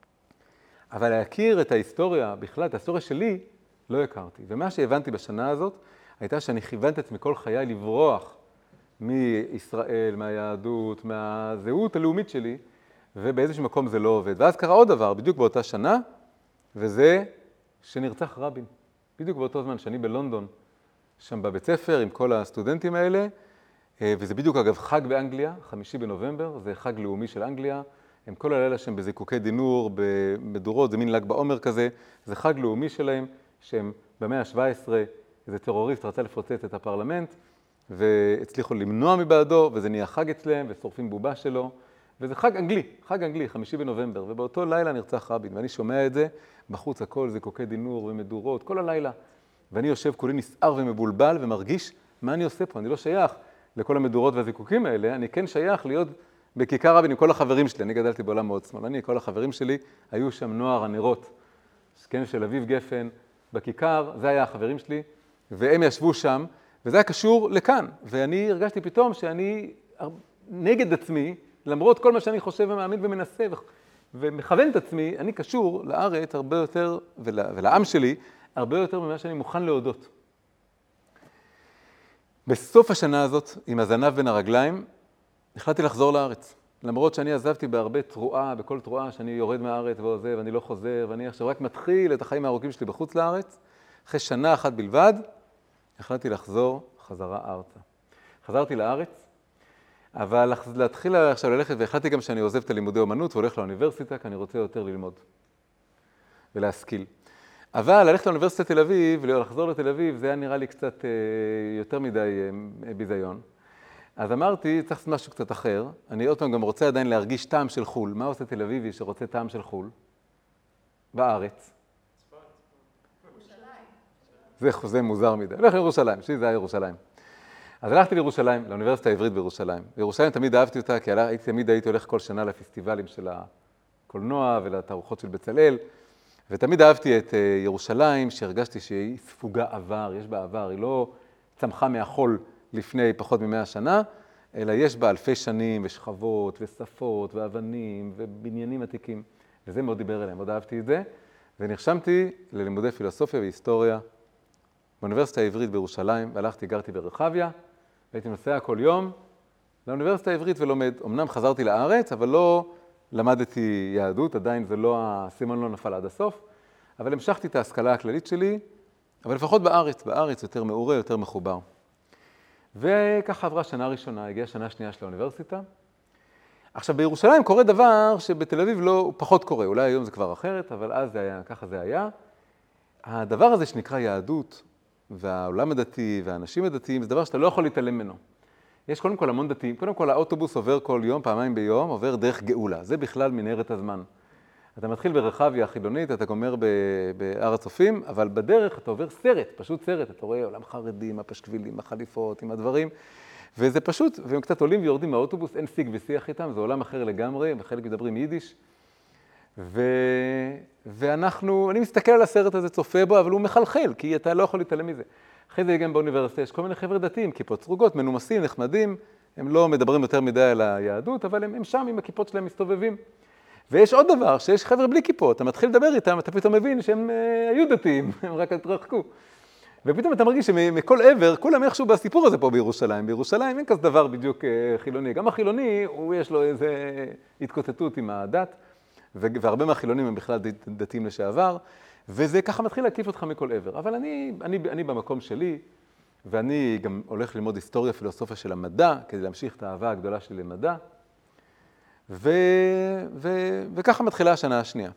A: אבל להכיר את ההיסטוריה, בכלל, את ההיסטוריה שלי, לא הכרתי. ומה שהבנתי בשנה הזאת, הייתה שאני כיוונתי את עצמי כל חיי לברוח מישראל, מהיהדות, מהזהות הלאומית שלי, ובאיזשהו מקום זה לא עובד. ואז קרה עוד דבר, בדיוק באותה שנה, וזה שנרצח רבין. בדיוק באותו זמן שאני בלונדון, שם בבית ספר עם כל הסטודנטים האלה, וזה בדיוק אגב חג באנגליה, חמישי בנובמבר, זה חג לאומי של אנגליה, הם כל הלילה שהם בזיקוקי דינור, במדורות, זה מין ל"ג בעומר כזה, זה חג לאומי שלהם, שהם במאה ה-שבע עשרה, איזה טרוריסט רצה לפוצץ את הפרלמנט, והצליחו למנוע מבעדו, וזה נהיה חג אצלם, ושורפים בובה שלו, וזה חג אנגלי, חג אנגלי, חמישי בנובמבר, ובאותו לילה נרצח רבין, ואני שומע את זה, בחוץ הכל, זיקוקי דינור ומדורות, כל הלילה, ואני יושב כולי נסער ומבולבל, ומרגיש מה אני עושה פה, אני לא שייך לכל המדורות והזיקוקים האלה, אני כן שייך להיות בכיכר רבין עם כל החברים שלי, אני גדלתי בעולם מאוד שמאלני, כל החברים שלי היו שם נוער הנרות, כן, של אביב גפן, בכיכר, זה היה החברים שלי, והם ישבו שם, וזה היה קשור לכאן, ואני הרגשתי פתאום שאני נגד עצמי, למרות כל מה שאני חושב ומאמין ומנסה ומכוון את עצמי, אני קשור לארץ הרבה יותר, ול, ולעם שלי, הרבה יותר ממה שאני מוכן להודות. בסוף השנה הזאת, עם הזנב בין הרגליים, החלטתי לחזור לארץ. למרות שאני עזבתי בהרבה תרועה, בכל תרועה שאני יורד מהארץ ועוזב, ואני לא חוזר, ואני עכשיו רק מתחיל את החיים הארוכים שלי בחוץ לארץ. אחרי שנה אחת בלבד, החלטתי לחזור חזרה ארצה. חזרתי לארץ, אבל להתחיל עכשיו ללכת, והחלטתי גם שאני עוזב את הלימודי אומנות והולך לאוניברסיטה, כי אני רוצה יותר ללמוד ולהשכיל. אבל ללכת לאוניברסיטת תל אביב, לחזור לתל אביב, זה היה נראה לי קצת יותר מדי ביזיון. אז אמרתי, צריך לעשות משהו קצת אחר. אני עוד פעם גם רוצה עדיין להרגיש טעם של חול. מה עושה תל אביבי שרוצה טעם של חול? בארץ. זה חוזה מוזר מדי. הולך לירושלים, שלי זה היה ירושלים. אז הלכתי לירושלים, לאוניברסיטה העברית בירושלים. בירושלים תמיד אהבתי אותה, כי תמיד הייתי הולך כל שנה לפסטיבלים של הקולנוע ולתערוכות של בצלאל. ותמיד אהבתי את ירושלים, שהרגשתי שהיא ספוגה עבר, יש בה עבר, היא לא צמחה מהחול לפני פחות ממאה שנה, אלא יש בה אלפי שנים ושכבות ושפות ואבנים ובניינים עתיקים. וזה מאוד דיבר אליהם, מאוד אהבתי את זה. ונרשמתי ללימודי פילוסופיה והיסטוריה באוניברסיטה העברית בירושלים, והלכתי, גרתי ברחביה, והייתי נוסע כל יום לאוניברסיטה העברית ולומד. אמנם חזרתי לארץ, אבל לא למדתי יהדות, עדיין זה לא, הסימון לא נפל עד הסוף, אבל המשכתי את ההשכלה הכללית שלי, אבל לפחות בארץ, בארץ יותר מעורה, יותר מחובר. וככה עברה שנה ראשונה, הגיעה שנה שנייה של האוניברסיטה. עכשיו, בירושלים קורה דבר שבתל אביב לא, פחות קורה, אולי היום זה כבר אחרת, אבל אז זה היה, ככה זה היה. הדבר הזה שנקרא יהדות, והעולם הדתי והאנשים הדתיים, זה דבר שאתה לא יכול להתעלם ממנו. יש קודם כל המון דתיים, קודם כל האוטובוס עובר כל יום, פעמיים ביום, עובר דרך גאולה, זה בכלל מנהרת הזמן. אתה מתחיל ברחביה החילונית, אתה גומר בהר הצופים, אבל בדרך אתה עובר סרט, פשוט סרט, אתה רואה עולם חרדים, הפשקבילים, החליפות, עם הדברים, וזה פשוט, והם קצת עולים ויורדים מהאוטובוס, אין שיג ושיח איתם, זה עולם אחר לגמרי, וחלק מדברים יידיש. ו... ואנחנו, אני מסתכל על הסרט הזה, צופה בו, אבל הוא מחלחל, כי אתה לא יכול להתעלם מזה. אחרי זה גם באוניברסיטה יש כל מיני חבר'ה דתיים, כיפות סרוגות, מנומסים, נחמדים, הם לא מדברים יותר מדי על היהדות, אבל הם, הם שם עם הכיפות שלהם מסתובבים. ויש עוד דבר, שיש חבר'ה בלי כיפות, אתה מתחיל לדבר איתם, אתה פתאום מבין שהם אה, היו דתיים, הם רק התרחקו. ופתאום אתה מרגיש שמכל עבר, כולם איכשהו בסיפור הזה פה בירושלים. בירושלים אין כזה דבר בדיוק אה, חילוני. גם החילוני, הוא יש לו איזו התקוטטות עם הדת, והרבה מהחילונים הם בכלל דתיים לשעבר, וזה ככה מתחיל להקיף אותך מכל עבר. אבל אני, אני, אני במקום שלי, ואני גם הולך ללמוד היסטוריה, פילוסופיה של המדע, כדי להמשיך את האהבה הגדולה שלי למדע, ו, ו, וככה מתחילה השנה השנייה.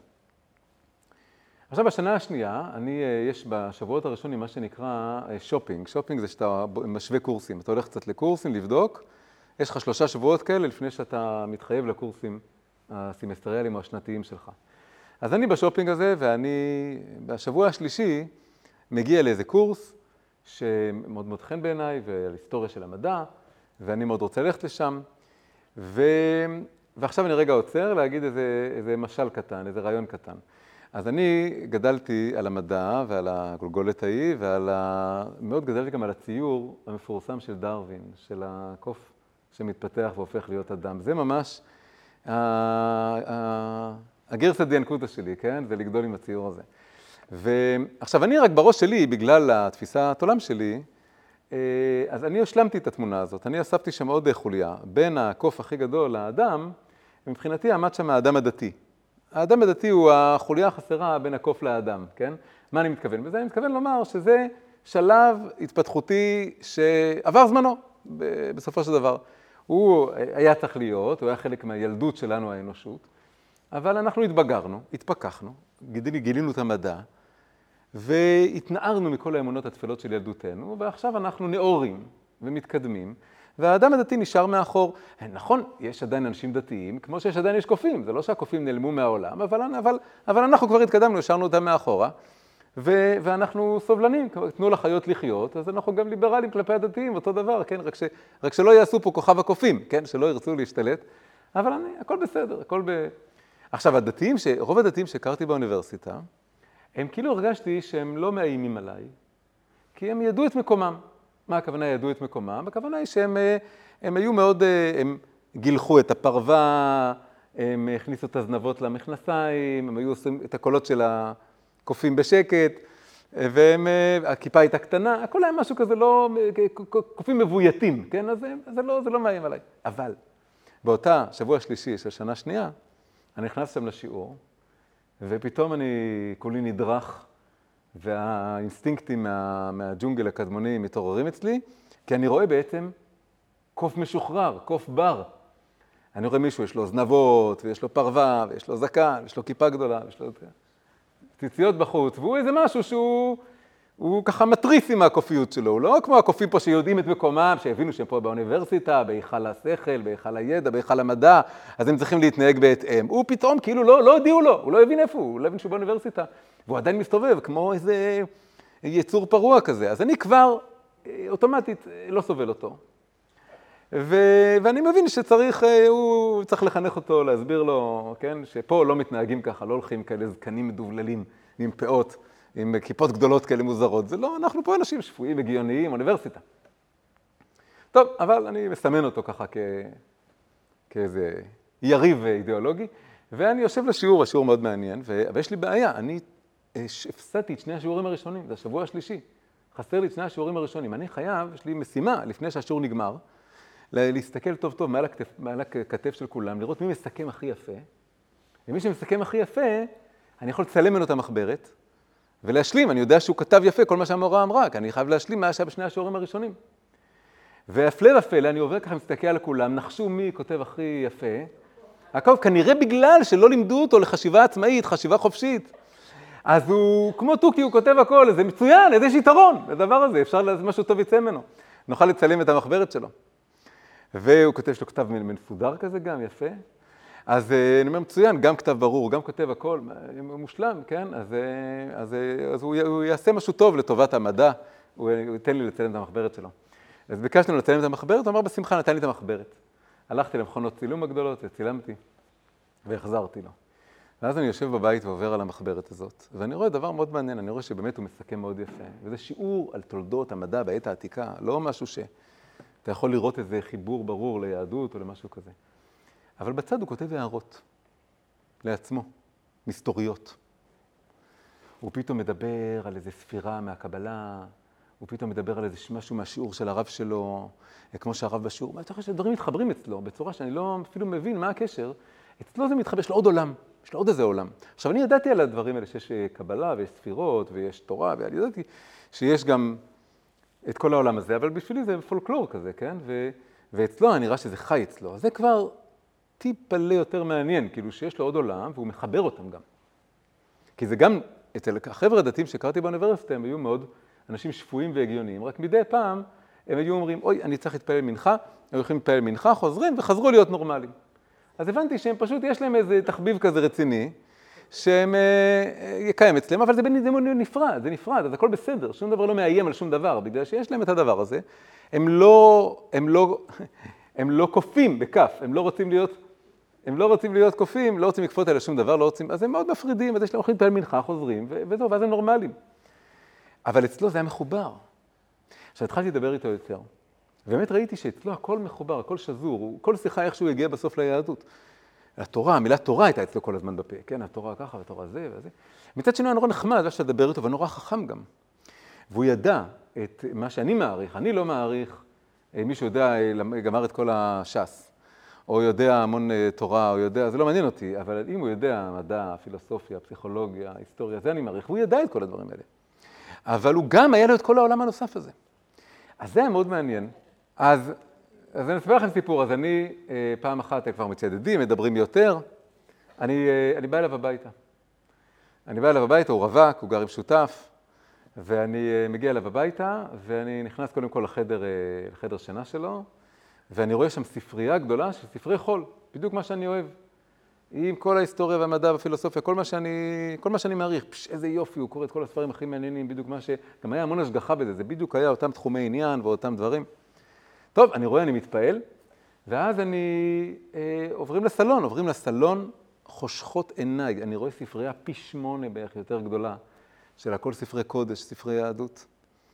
A: עכשיו, בשנה השנייה, אני, יש בשבועות הראשונים מה שנקרא שופינג. שופינג זה שאתה משווה קורסים. אתה הולך קצת לקורסים, לבדוק. יש לך שלושה שבועות כאלה לפני שאתה מתחייב לקורסים הסמסטריאליים או השנתיים שלך. אז אני בשופינג הזה, ואני בשבוע השלישי מגיע לאיזה קורס שמאוד מאוד חן בעיניי, ועל היסטוריה של המדע, ואני מאוד רוצה ללכת לשם. ו... ועכשיו אני רגע עוצר להגיד איזה, איזה משל קטן, איזה רעיון קטן. אז אני גדלתי על המדע ועל הגולגולת ההיא, ועל ה... מאוד גדלתי גם על הציור המפורסם של דרווין, של הקוף שמתפתח והופך להיות אדם. זה ממש הגרסא דינקותא שלי, כן? זה לגדול עם הציור הזה. ועכשיו, אני רק בראש שלי, בגלל התפיסת עולם שלי, אז אני השלמתי את התמונה הזאת. אני אספתי שם עוד חוליה. בין הקוף הכי גדול לאדם, מבחינתי עמד שם האדם הדתי. האדם הדתי הוא החוליה החסרה בין הקוף לאדם, כן? מה אני מתכוון? בזה אני מתכוון לומר שזה שלב התפתחותי שעבר זמנו, בסופו של דבר. הוא היה צריך להיות, הוא היה חלק מהילדות שלנו האנושות, אבל אנחנו התבגרנו, התפכחנו, גילינו את המדע, והתנערנו מכל האמונות התפלות של ילדותנו, ועכשיו אנחנו נאורים ומתקדמים, והאדם הדתי נשאר מאחור. נכון, יש עדיין אנשים דתיים, כמו שיש עדיין יש קופים, זה לא שהקופים נעלמו מהעולם, אבל, אבל, אבל אנחנו כבר התקדמנו, השארנו אותם מאחורה, ו, ואנחנו סובלנים, תנו לחיות לחיות, אז אנחנו גם ליברלים כלפי הדתיים, אותו דבר, כן? רק, ש, רק שלא יעשו פה כוכב הקופים, כן? שלא ירצו להשתלט, אבל אני, הכל בסדר, הכל ב... עכשיו, הדתיים, ש... רוב הדתיים שהכרתי באוניברסיטה, הם כאילו הרגשתי שהם לא מאיימים עליי, כי הם ידעו את מקומם. מה הכוונה ידעו את מקומם? הכוונה היא שהם הם היו מאוד, הם גילחו את הפרווה, הם הכניסו את הזנבות למכנסיים, הם היו עושים את הקולות של הקופים בשקט, והם, הכיפה הייתה קטנה, הכל היה משהו כזה לא, קופים מבויתים, כן? אז זה, זה לא, זה לא מאיים עליי. אבל באותה שבוע שלישי של שנה שנייה, אני נכנס שם לשיעור, ופתאום אני כולי נדרך, והאינסטינקטים מה, מהג'ונגל הקדמוני מתעוררים אצלי, כי אני רואה בעצם קוף משוחרר, קוף בר. אני רואה מישהו, יש לו זנבות, ויש לו פרווה, ויש לו זקן, ויש לו כיפה גדולה, ויש לו ציציות בחוץ, והוא איזה משהו שהוא הוא ככה מטריף עם הקופיות שלו, הוא לא כמו הקופים פה שיודעים את מקומם, שהבינו שהם פה באוניברסיטה, בהיכל השכל, בהיכל הידע, בהיכל המדע, אז הם צריכים להתנהג בהתאם. הוא פתאום כאילו לא, לא הודיעו לו, הוא לא הבין איפה הוא, הוא לא הבין שהוא באוניברסיטה, והוא עדיין מסתובב כמו איזה יצור פרוע כזה. אז אני כבר אוטומטית לא סובל אותו. ו... ואני מבין שצריך, הוא צריך לחנך אותו, להסביר לו, כן, שפה לא מתנהגים ככה, לא הולכים כאלה זקנים מדובללים עם פאות, עם כיפות גדולות כאלה מוזרות. זה לא, אנחנו פה אנשים שפויים, הגיוניים, אוניברסיטה. טוב, אבל אני מסמן אותו ככה כ... כאיזה יריב אידיאולוגי, ואני יושב לשיעור, השיעור מאוד מעניין, ו... ויש לי בעיה, אני הפסדתי את שני השיעורים הראשונים, זה השבוע השלישי, חסר לי את שני השיעורים הראשונים, אני חייב, יש לי משימה, לפני שהשיעור נגמר, להסתכל טוב טוב מעל הכתף, מעל הכתף של כולם, לראות מי מסכם הכי יפה, ומי שמסכם הכי יפה, אני יכול לצלם ממנו את המחברת, ולהשלים, אני יודע שהוא כתב יפה כל מה שהמורה אמרה, כי אני חייב להשלים מה שהיה בשני השיעורים הראשונים. והפלא ופלא, אני עובר ככה, מסתכל על כולם, נחשו מי כותב הכי יפה. הכל, כנראה בגלל שלא לימדו אותו לחשיבה עצמאית, חשיבה חופשית. אז הוא, כמו תוכי, הוא כותב הכל, זה מצוין, איזה יתרון, לדבר הזה, אפשר לעשות משהו טוב יצא ממנו. נוכל לצלם את המחברת שלו. והוא כותב שלו כתב מנפודר כזה גם, יפה. אז אני אומר, מצוין, גם כתב ברור, גם כותב הכל, מושלם, כן? אז, אז, אז הוא, הוא יעשה משהו טוב לטובת המדע, הוא ייתן לי לצלם את המחברת שלו. אז ביקשנו לצלם את המחברת, הוא אמר בשמחה, נתן לי את המחברת. הלכתי למכונות צילום הגדולות וצילמתי, והחזרתי לו. ואז אני יושב בבית ועובר על המחברת הזאת, ואני רואה דבר מאוד מעניין, אני רואה שבאמת הוא מסכם מאוד יפה, וזה שיעור על תולדות המדע בעת העתיקה, לא משהו שאתה יכול לראות איזה חיבור ברור ליהדות או למשהו כזה. אבל בצד הוא כותב הערות לעצמו, מסתוריות. הוא פתאום מדבר על איזה ספירה מהקבלה, הוא פתאום מדבר על איזה משהו מהשיעור של הרב שלו, כמו שהרב בשיעור. אתה חושב שדברים מתחברים אצלו, בצורה שאני לא אפילו מבין מה הקשר. אצלו זה מתחבר, יש לו עוד עולם, יש לו עוד איזה עולם. עכשיו, אני ידעתי על הדברים האלה שיש קבלה ויש ספירות ויש תורה, ואני ידעתי שיש גם את כל העולם הזה, אבל בשבילי זה פולקלור כזה, כן? ו... ואצלו אני נראה שזה חי אצלו. זה כבר טיפלה יותר מעניין, כאילו שיש לו עוד עולם והוא מחבר אותם גם. כי זה גם, אצל החבר'ה הדתיים שקראתי באוניברסיטה, הם היו מאוד אנשים שפויים והגיוניים, רק מדי פעם הם היו אומרים, אוי, אני צריך להתפלל מנחה, הם הולכים להתפלל מנחה, חוזרים וחזרו להיות נורמליים. אז הבנתי שהם פשוט, יש להם איזה תחביב כזה רציני, שהם יקיים אצלם, אבל זה נפרד, זה נפרד, אז הכל בסדר, שום דבר לא מאיים על שום דבר, בגלל שיש להם את הדבר הזה. הם לא, הם לא, הם לא קופים בכף, הם לא רוצים להיות, הם לא רוצים להיות קופים, לא רוצים לקפות על שום דבר, לא רוצים, אז הם מאוד מפרידים, אז יש להם הולכים להתפלל מנחה, חוזרים, וזהו, ואז הם נורמליים. אבל אצלו זה היה מחובר. עכשיו התחלתי לדבר איתו יותר, ובאמת ראיתי שאצלו הכל מחובר, הכל שזור, כל שיחה איכשהו הגיע בסוף ליהדות. התורה, המילה תורה הייתה אצלו כל הזמן בפה, כן? התורה ככה והתורה זה וזה. מצד שני, היה נורא נחמד, ואפשר לדבר איתו, ונורא חכם גם. והוא ידע את מה שאני מעריך, אני לא מעריך, מישהו יודע, גמר את כל הש"ס, או יודע המון תורה, או יודע, זה לא מעניין אותי, אבל אם הוא יודע מדע, פילוסופיה, פסיכולוגיה, היסטוריה, זה אני מעריך, והוא ידע את כל הדברים האלה. אבל הוא גם היה לו את כל העולם הנוסף הזה. אז זה היה מאוד מעניין. אז, אז אני אספר לכם סיפור, אז אני פעם אחת כבר מציידדים, מדברים יותר, אני, אני בא אליו הביתה. אני בא אליו הביתה, הוא רווק, הוא גר עם שותף, ואני מגיע אליו הביתה, ואני נכנס קודם כל לחדר, לחדר שינה שלו, ואני רואה שם ספרייה גדולה של ספרי חול, בדיוק מה שאני אוהב. עם כל ההיסטוריה והמדע והפילוסופיה, כל מה שאני, כל מה שאני מעריך, פש, איזה יופי, הוא קורא את כל הספרים הכי מעניינים, בדיוק מה ש... גם היה המון השגחה בזה, זה בדיוק היה אותם תחומי עניין ואותם דברים. טוב, אני רואה, אני מתפעל, ואז אני... אה, עוברים לסלון, עוברים לסלון חושכות עיניי. אני רואה ספרייה פי שמונה בערך יותר גדולה, של הכל ספרי קודש, ספרי יהדות.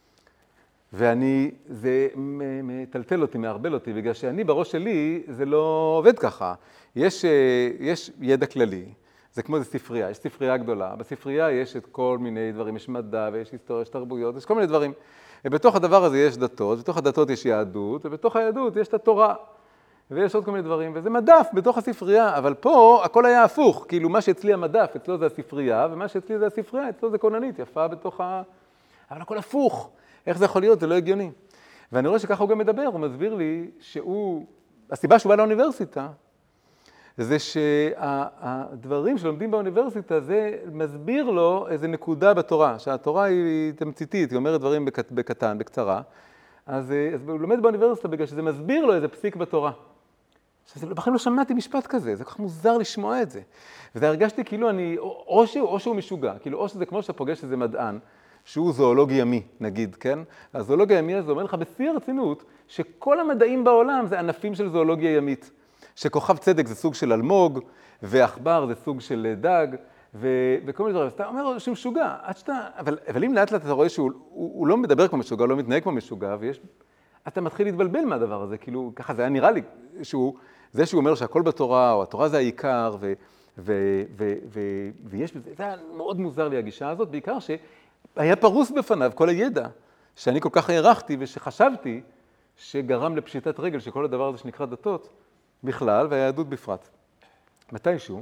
A: ואני, זה מטלטל אותי, מערבל אותי, בגלל שאני בראש שלי, זה לא עובד ככה. יש, יש ידע כללי, זה כמו איזו ספרייה, יש ספרייה גדולה, בספרייה יש את כל מיני דברים, יש מדע ויש היסטוריה, יש תרבויות, יש כל מיני דברים. ובתוך הדבר הזה יש דתות, בתוך הדתות יש יהדות, ובתוך היהדות יש את התורה, ויש עוד כל מיני דברים, וזה מדף בתוך הספרייה, אבל פה הכל היה הפוך, כאילו מה שאצלי המדף, אצלו זה הספרייה, ומה שאצלי זה הספרייה, אצלו זה קוננית, יפה בתוך ה... אבל הכל הפוך. איך זה יכול להיות? זה לא הגיוני. ואני רואה שככה הוא גם מדבר, הוא מסביר לי שהוא, הסיבה שהוא בא לאוניברסיטה, זה שהדברים שלומדים באוניברסיטה, זה מסביר לו איזו נקודה בתורה, שהתורה היא תמציתית, היא אומרת דברים בקטן, בקצרה, אז, אז הוא לומד באוניברסיטה בגלל שזה מסביר לו איזה פסיק בתורה. עכשיו, בכלל לא שמעתי משפט כזה, זה כל כך מוזר לשמוע את זה. וזה הרגשתי כאילו אני, או שהוא, או שהוא משוגע, כאילו או שזה כמו שאתה פוגש איזה מדען, שהוא זואולוג ימי, נגיד, כן? הזואולוג הימי הזה אומר לך בשיא הרצינות, שכל המדעים בעולם זה ענפים של זואולוגיה ימית. שכוכב צדק זה סוג של אלמוג, ועכבר זה סוג של דג, ו- וכל מיני דברים. אז אתה אומר שהוא משוגע, עד שאתה... אבל, אבל אם לאט לאט אתה רואה שהוא הוא, הוא לא מדבר כמו משוגע, לא מתנהג כמו משוגע, ויש... אתה מתחיל להתבלבל מהדבר הזה, כאילו, ככה זה היה נראה לי, שהוא, זה שהוא אומר שהכל בתורה, או התורה זה העיקר, ו, ו, ו, ו, ויש בזה, זה היה מאוד מוזר לי הגישה הזאת, בעיקר שהיה פרוס בפניו כל הידע, שאני כל כך הערכתי ושחשבתי, שגרם לפשיטת רגל שכל הדבר הזה שנקרא דתות בכלל, והיהדות בפרט. מתישהו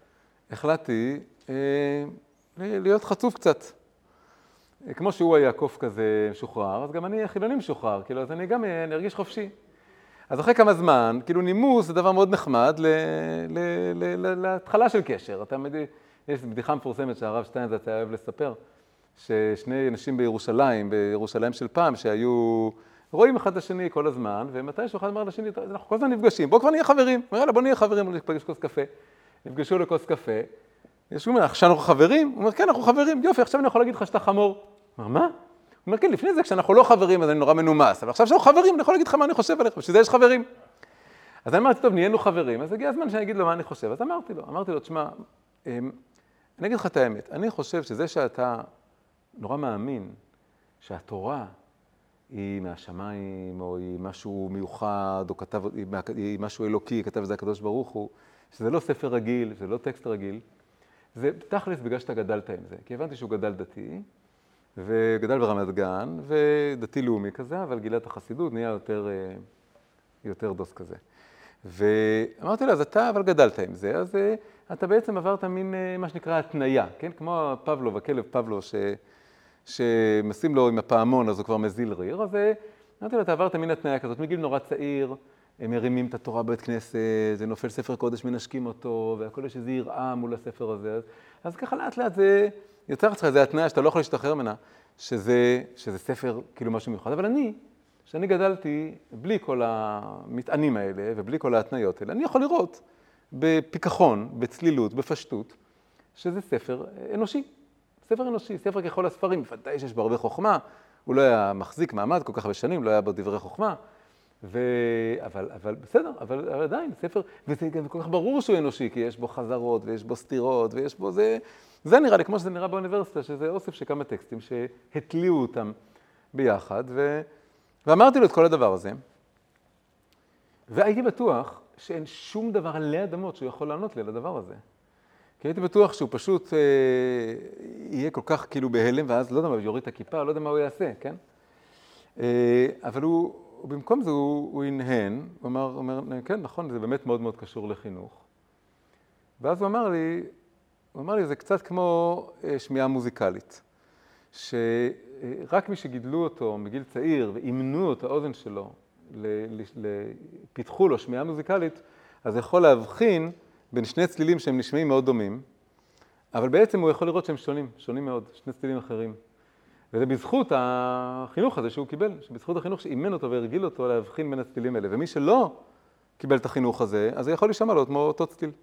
A: החלטתי אה, להיות חצוף קצת. כמו שהוא היה קוף כזה משוחרר, אז גם אני חילוני משוחרר, כאילו, אז אני גם ארגיש חופשי. אז אחרי כמה זמן, כאילו נימוס זה דבר מאוד נחמד ל, ל, ל, ל, להתחלה של קשר. אתה יודע, יש בדיחה מפורסמת שהרב שטיינזלץ היה אוהב לספר, ששני אנשים בירושלים, בירושלים של פעם, שהיו רואים אחד את השני כל הזמן, ומתישהו אחד אמר לשני, אנחנו כל הזמן נפגשים, בוא כבר נהיה חברים. אומר לה, בוא נהיה חברים, בוא נפגש כוס קפה. נפגשו לכוס קפה. יש הוא אומר, עכשיו אנחנו חברים? הוא אומר, כן, אנחנו חברים. יופי, עכשיו אני יכול להגיד לך שאתה חמור. הוא אומר, מה? הוא אומר, כן, לפני זה, כשאנחנו לא חברים, אז אני נורא מנומס. אבל עכשיו שאנחנו חברים, אני יכול להגיד לך מה אני חושב עליך, בשביל זה יש חברים. אז אני אמרתי, טוב, נהיינו חברים, אז הגיע הזמן שאני אגיד לו מה אני חושב. אז אמרתי לו, אמרתי לו, תשמע, אני אגיד לך את האמת, אני חושב שזה שאתה נורא מאמין שהתורה היא מהשמיים, או היא משהו מיוחד, או כתב, היא משהו אלוקי, כתב את זה הקדוש ברוך הוא, שזה לא ספר רגיל, שזה לא טקסט רגיל, זה תכלס בגלל שאתה גדלת עם זה, כי הבנתי שהוא גדל דתי, וגדל ברמת גן, ודתי לאומי כזה, אבל גילה את החסידות, נהיה יותר, יותר דוס כזה. ואמרתי לו, אז אתה אבל גדלת עם זה, אז אתה בעצם עברת מין מה שנקרא התניה, כן? כמו פבלוב, הכלב פבלוב, ש... שמשים לו עם הפעמון, אז הוא כבר מזיל ריר, אז אמרתי לו, אתה עברת מין התניה כזאת, מגיל נורא צעיר, הם מרימים את התורה בבית כנסת, זה נופל ספר קודש, מנשקים אותו, והכל יש איזו יראה מול הספר הזה. אז, אז ככה לאט לאט זה יוצר אצלך, זה התניה שאתה לא יכול להשתחרר ממנה, שזה, שזה ספר כאילו משהו מיוחד. אבל אני, שאני גדלתי בלי כל המטענים האלה ובלי כל ההתניות האלה, אני יכול לראות בפיקחון, בצלילות, בפשטות, שזה ספר אנושי. ספר אנושי, ספר ככל הספרים, ודאי שיש בו הרבה חוכמה, הוא לא היה מחזיק מעמד כל כך הרבה שנים, לא היה בו דברי חוכמה. ו... אבל, אבל בסדר, אבל, אבל עדיין, ספר, וזה גם כל כך ברור שהוא אנושי, כי יש בו חזרות, ויש בו סתירות, ויש בו זה... זה נראה לי, כמו שזה נראה באוניברסיטה, שזה אוסף של כמה טקסטים שהתליאו אותם ביחד, ו... ואמרתי לו את כל הדבר הזה, והייתי בטוח שאין שום דבר עלי אדמות שהוא יכול לענות לי על הדבר הזה. כי הייתי בטוח שהוא פשוט אה, יהיה כל כך כאילו בהלם, ואז לא יודע מה, יוריד את הכיפה, לא יודע מה הוא יעשה, כן? אה, אבל הוא... ובמקום זה הוא, הוא הנהן, הוא אמר, אומר, כן, נכון, זה באמת מאוד מאוד קשור לחינוך. ואז הוא אמר לי, הוא אמר לי, זה קצת כמו שמיעה מוזיקלית, שרק מי שגידלו אותו מגיל צעיר ואימנו את האוזן שלו, פיתחו לו שמיעה מוזיקלית, אז יכול להבחין בין שני צלילים שהם נשמעים מאוד דומים, אבל בעצם הוא יכול לראות שהם שונים, שונים מאוד, שני צלילים אחרים. וזה בזכות החינוך הזה שהוא קיבל, שבזכות החינוך שאימן אותו והרגיל אותו להבחין בין הצלילים האלה. ומי שלא קיבל את החינוך הזה, אז זה יכול להישמע לו כמו אותו צליל.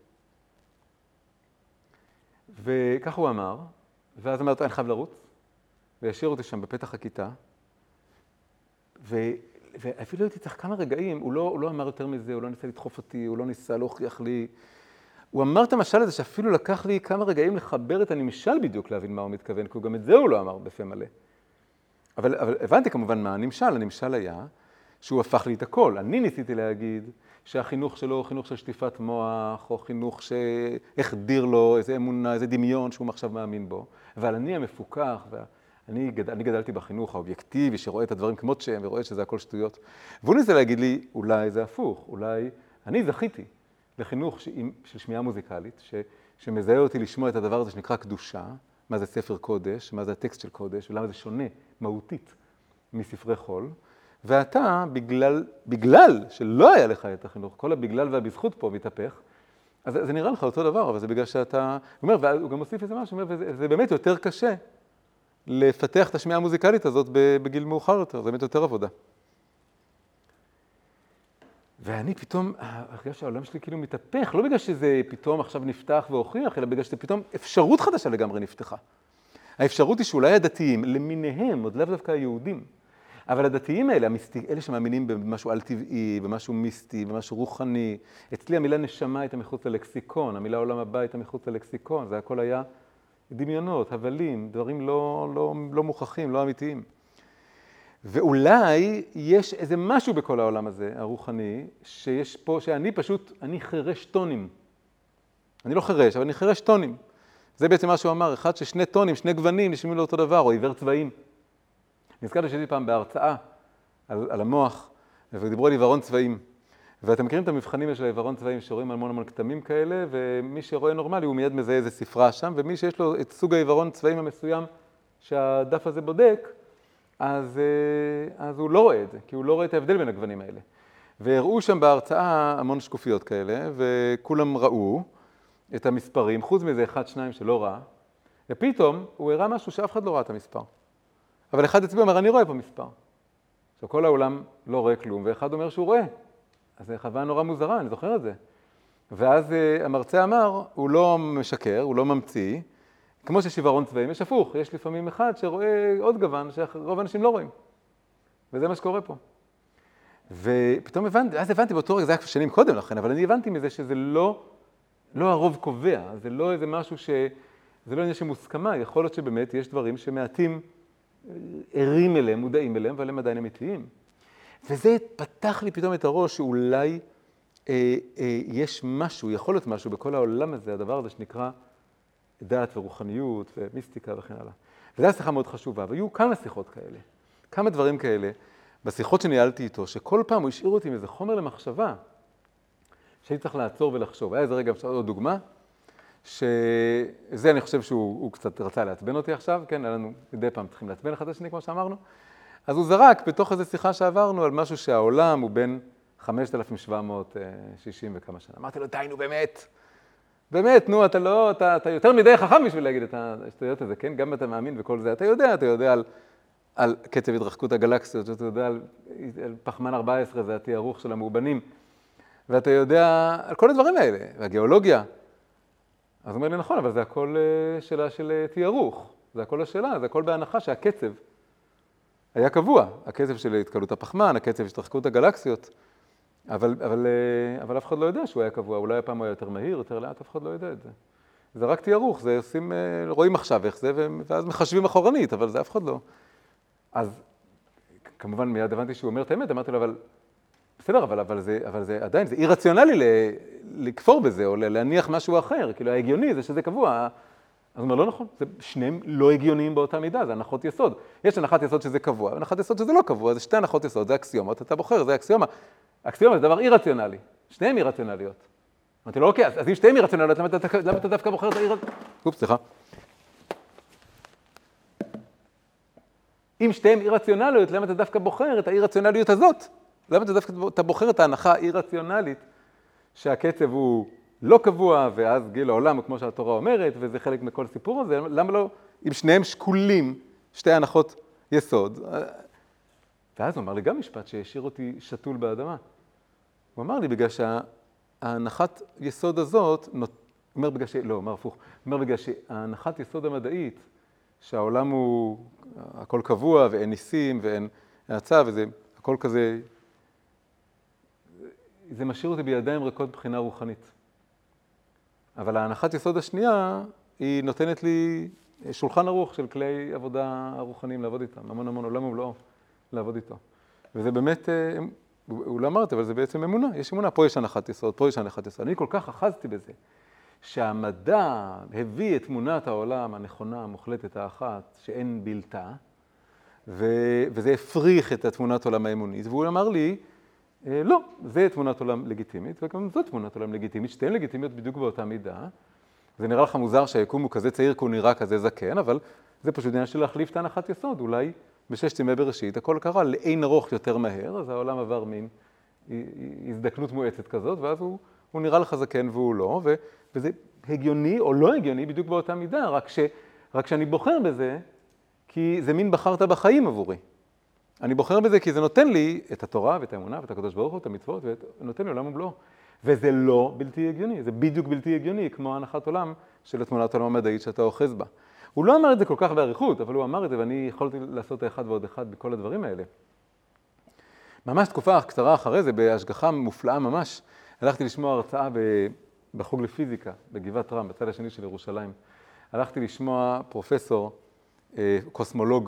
A: וכך הוא אמר, ואז אמרתי, אני חייב לרוץ, וישאיר אותי שם בפתח הכיתה, ו... ואפילו הייתי צריך כמה רגעים, הוא לא, הוא לא אמר יותר מזה, הוא לא ניסה לדחוף אותי, הוא לא ניסה להוכיח לי. הוא אמר את המשל הזה שאפילו לקח לי כמה רגעים לחבר את הנמשל בדיוק להבין מה הוא מתכוון, כי גם את זה הוא לא אמר בפה מלא. אבל, אבל הבנתי כמובן מה הנמשל. הנמשל היה שהוא הפך לי את הכל. אני ניסיתי להגיד שהחינוך שלו הוא חינוך של שטיפת מוח, או חינוך שהחדיר לו איזה אמונה, איזה דמיון שהוא עכשיו מאמין בו. אבל אני המפוקח, ואני גד... אני גדלתי בחינוך האובייקטיבי שרואה את הדברים כמות שהם ורואה שזה הכל שטויות. והוא ניסה להגיד לי, אולי זה הפוך, אולי אני זכיתי. לחינוך של שמיעה מוזיקלית, ש, שמזהה אותי לשמוע את הדבר הזה שנקרא קדושה, מה זה ספר קודש, מה זה הטקסט של קודש, ולמה זה שונה, מהותית, מספרי חול. ואתה, בגלל, בגלל שלא היה לך את החינוך, כל הבגלל והבזכות פה מתהפך, אז זה נראה לך אותו דבר, אבל זה בגלל שאתה... הוא אומר, והוא גם מוסיף איזה משהו, הוא אומר, וזה באמת יותר קשה לפתח את השמיעה המוזיקלית הזאת בגיל מאוחר יותר, זה באמת יותר עבודה. ואני פתאום, בגלל שהעולם שלי כאילו מתהפך, לא בגלל שזה פתאום עכשיו נפתח והוכיח, אלא בגלל שזה פתאום אפשרות חדשה לגמרי נפתחה. האפשרות היא שאולי הדתיים, למיניהם, עוד לאו דווקא היהודים, אבל הדתיים האלה, המסתי, אלה שמאמינים במשהו על-טבעי, במשהו מיסטי, במשהו רוחני, אצלי המילה נשמה הייתה מחוץ ללקסיקון, המילה עולם הבא הייתה מחוץ ללקסיקון, זה הכל היה דמיונות, הבלים, דברים לא, לא, לא מוכחים, לא אמיתיים. ואולי יש איזה משהו בכל העולם הזה, הרוחני, שיש פה, שאני פשוט, אני חרש טונים. אני לא חרש, אבל אני חרש טונים. זה בעצם מה שהוא אמר, אחד ששני טונים, שני גוונים, נשמעים לו אותו דבר, או עיוור צבעים. נזכרתי שהייתי פעם בהרצאה על, על המוח, ודיברו על עיוורון צבעים. ואתם מכירים את המבחנים של העיוורון צבעים, שרואים המון המון כתמים כאלה, ומי שרואה נורמלי הוא מיד מזהה איזה ספרה שם, ומי שיש לו את סוג העיוורון צבעים המסוים שהדף הזה בודק, אז, אז הוא לא רואה את זה, כי הוא לא רואה את ההבדל בין הגוונים האלה. והראו שם בהרצאה המון שקופיות כאלה, וכולם ראו את המספרים, חוץ מזה אחד, שניים שלא ראה, ופתאום הוא הראה משהו שאף אחד לא ראה את המספר. אבל אחד הצביע אומר, אני רואה פה מספר. עכשיו כל העולם לא רואה כלום, ואחד אומר שהוא רואה. אז זו חוויה נורא מוזרה, אני זוכר את זה. ואז המרצה אמר, הוא לא משקר, הוא לא ממציא, כמו שיש עיוורון צבעים, יש הפוך, יש לפעמים אחד שרואה עוד גוון שרוב האנשים לא רואים. וזה מה שקורה פה. ופתאום הבנתי, אז הבנתי באותו רגע, זה היה שנים קודם לכן, אבל אני הבנתי מזה שזה לא, לא הרוב קובע, זה לא איזה משהו ש... זה לא עניין שמוסכמה, יכול להיות שבאמת יש דברים שמעטים ערים אליהם, מודעים אליהם, אבל הם עדיין אמיתיים. וזה פתח לי פתאום את הראש שאולי אה, אה, יש משהו, יכול להיות משהו בכל העולם הזה, הדבר הזה שנקרא דת ורוחניות ומיסטיקה וכן הלאה. וזו הייתה שיחה מאוד חשובה, והיו כמה שיחות כאלה, כמה דברים כאלה, בשיחות שניהלתי איתו, שכל פעם הוא השאיר אותי עם איזה חומר למחשבה, שהייתי צריך לעצור ולחשוב. היה איזה רגע, עוד דוגמה, שזה אני חושב שהוא קצת רצה לעצבן אותי עכשיו, כן, היה לנו מדי פעם צריכים לעצבן אחד השני, כמו שאמרנו, אז הוא זרק בתוך איזו שיחה שעברנו על משהו שהעולם הוא בין חמשת אלפים שבע מאות שישים וכמה שנה. אמרתי לו, די, נו באמת, באמת, נו, אתה לא, אתה, אתה יותר מדי חכם בשביל להגיד את השטויות הזה, כן? גם אתה מאמין וכל זה, אתה יודע, אתה יודע על, על קצב התרחקות הגלקסיות, אתה יודע על, על פחמן ארבע עשרה, זה התיארוך של המאובנים, ואתה יודע על כל הדברים האלה, והגיאולוגיה. אז הוא אומר לי, נכון, אבל זה הכל שאלה של תיארוך, זה הכל השאלה, זה הכל בהנחה שהקצב היה קבוע, הקצב של התקלות הפחמן, הקצב של התרחקות הגלקסיות, אבל, אבל, אבל אף אחד לא יודע שהוא היה קבוע, אולי הפעם הוא היה יותר מהיר, יותר לאט, אף אחד לא יודע את זה. זה רק תיארוך, זה עושים, רואים עכשיו איך זה, ואז מחשבים אחורנית, אבל זה אף אחד לא. אז כמובן מיד הבנתי שהוא אומר את האמת, אמרתי לו, אבל בסדר, אבל, אבל, זה, אבל זה עדיין, זה אי-רציונלי ל, לכפור בזה, או להניח משהו אחר, כאילו ההגיוני זה שזה קבוע. אז הוא אומר, לא נכון, זה שניהם לא הגיוניים באותה מידה, זה הנחות יסוד. יש הנחת יסוד שזה קבוע, והנחת יסוד שזה לא קבוע, זה שתי הנחות יסוד, זה אקסיומות, אתה בוחר, זה אקסיומה. אקסיומה זה דבר אי-רציונלי, שניהם אי-רציונליות. אמרתי לו, אוקיי, אז אם שתיהם אי-רציונליות, למה אתה, למה אתה דווקא בוחר את האי-רציונליות? אופס, סליחה. אם שתיהם אי-רציונליות, למה אתה דווקא בוחר את האי-רציונליות הזאת? למה אתה דווקא אתה בוחר את ההנחה האי-רציונלית, שהקצב הוא לא קבוע, ואז גיל העולם, כמו שהתורה אומרת, וזה חלק מכל סיפור הזה, למה לא, אם שניהם שקולים, שתי הנחות יסוד, ואז הוא אמר לי גם משפט שהשאיר אותי שתול באדמה. הוא אמר לי, בגלל שההנחת יסוד הזאת, הוא אומר בגלל ש... לא, הוא אמר הפוך, הוא אומר בגלל שההנחת יסוד המדעית, שהעולם הוא הכל קבוע, ואין ניסים, ואין האצה, וזה הכל כזה, זה משאיר אותי בידיים ריקות מבחינה רוחנית. אבל ההנחת יסוד השנייה, היא נותנת לי שולחן ערוך של כלי עבודה רוחניים לעבוד איתם, המון המון עולם ומלואו לעבוד איתו. וזה באמת, הוא לא אמרת, אבל זה בעצם אמונה, יש אמונה, פה יש הנחת יסוד, פה יש הנחת יסוד. אני כל כך אחזתי בזה, שהמדע הביא את תמונת העולם הנכונה, המוחלטת האחת, שאין בלתה, ו- וזה הפריך את תמונת עולם האמונית, והוא אמר לי, לא, זה תמונת עולם לגיטימית, וגם זו תמונת עולם לגיטימית, שתיהן לגיטימיות בדיוק באותה מידה. זה נראה לך מוזר שהיקום הוא כזה צעיר, כי הוא נראה כזה זקן, אבל זה פשוט עניין של להחליף את הנחת יסוד. אולי בששת ימי בראשית הכל קרה לאין ארוך יותר מהר, אז העולם עבר מין הזדקנות מואצת כזאת, ואז הוא, הוא נראה לך זקן והוא לא, ו, וזה הגיוני או לא הגיוני בדיוק באותה מידה, רק, ש, רק שאני בוחר בזה, כי זה מין בחרת בחיים עבורי. אני בוחר בזה כי זה נותן לי את התורה ואת האמונה ואת הקדוש ברוך הוא, את המצוות, ונותן לי עולם ומלואו. וזה לא בלתי הגיוני, זה בדיוק בלתי הגיוני, כמו הנחת עולם של תמונת עולם המדעית שאתה אוחז בה. הוא לא אמר את זה כל כך בעריכות, אבל הוא אמר את זה, ואני יכולתי לעשות האחד ועוד אחד בכל הדברים האלה. ממש תקופה קצרה אחרי זה, בהשגחה מופלאה ממש, הלכתי לשמוע הרצאה בחוג לפיזיקה, בגבעת רם, בצד השני של ירושלים. הלכתי לשמוע פרופסור, קוסמולוג,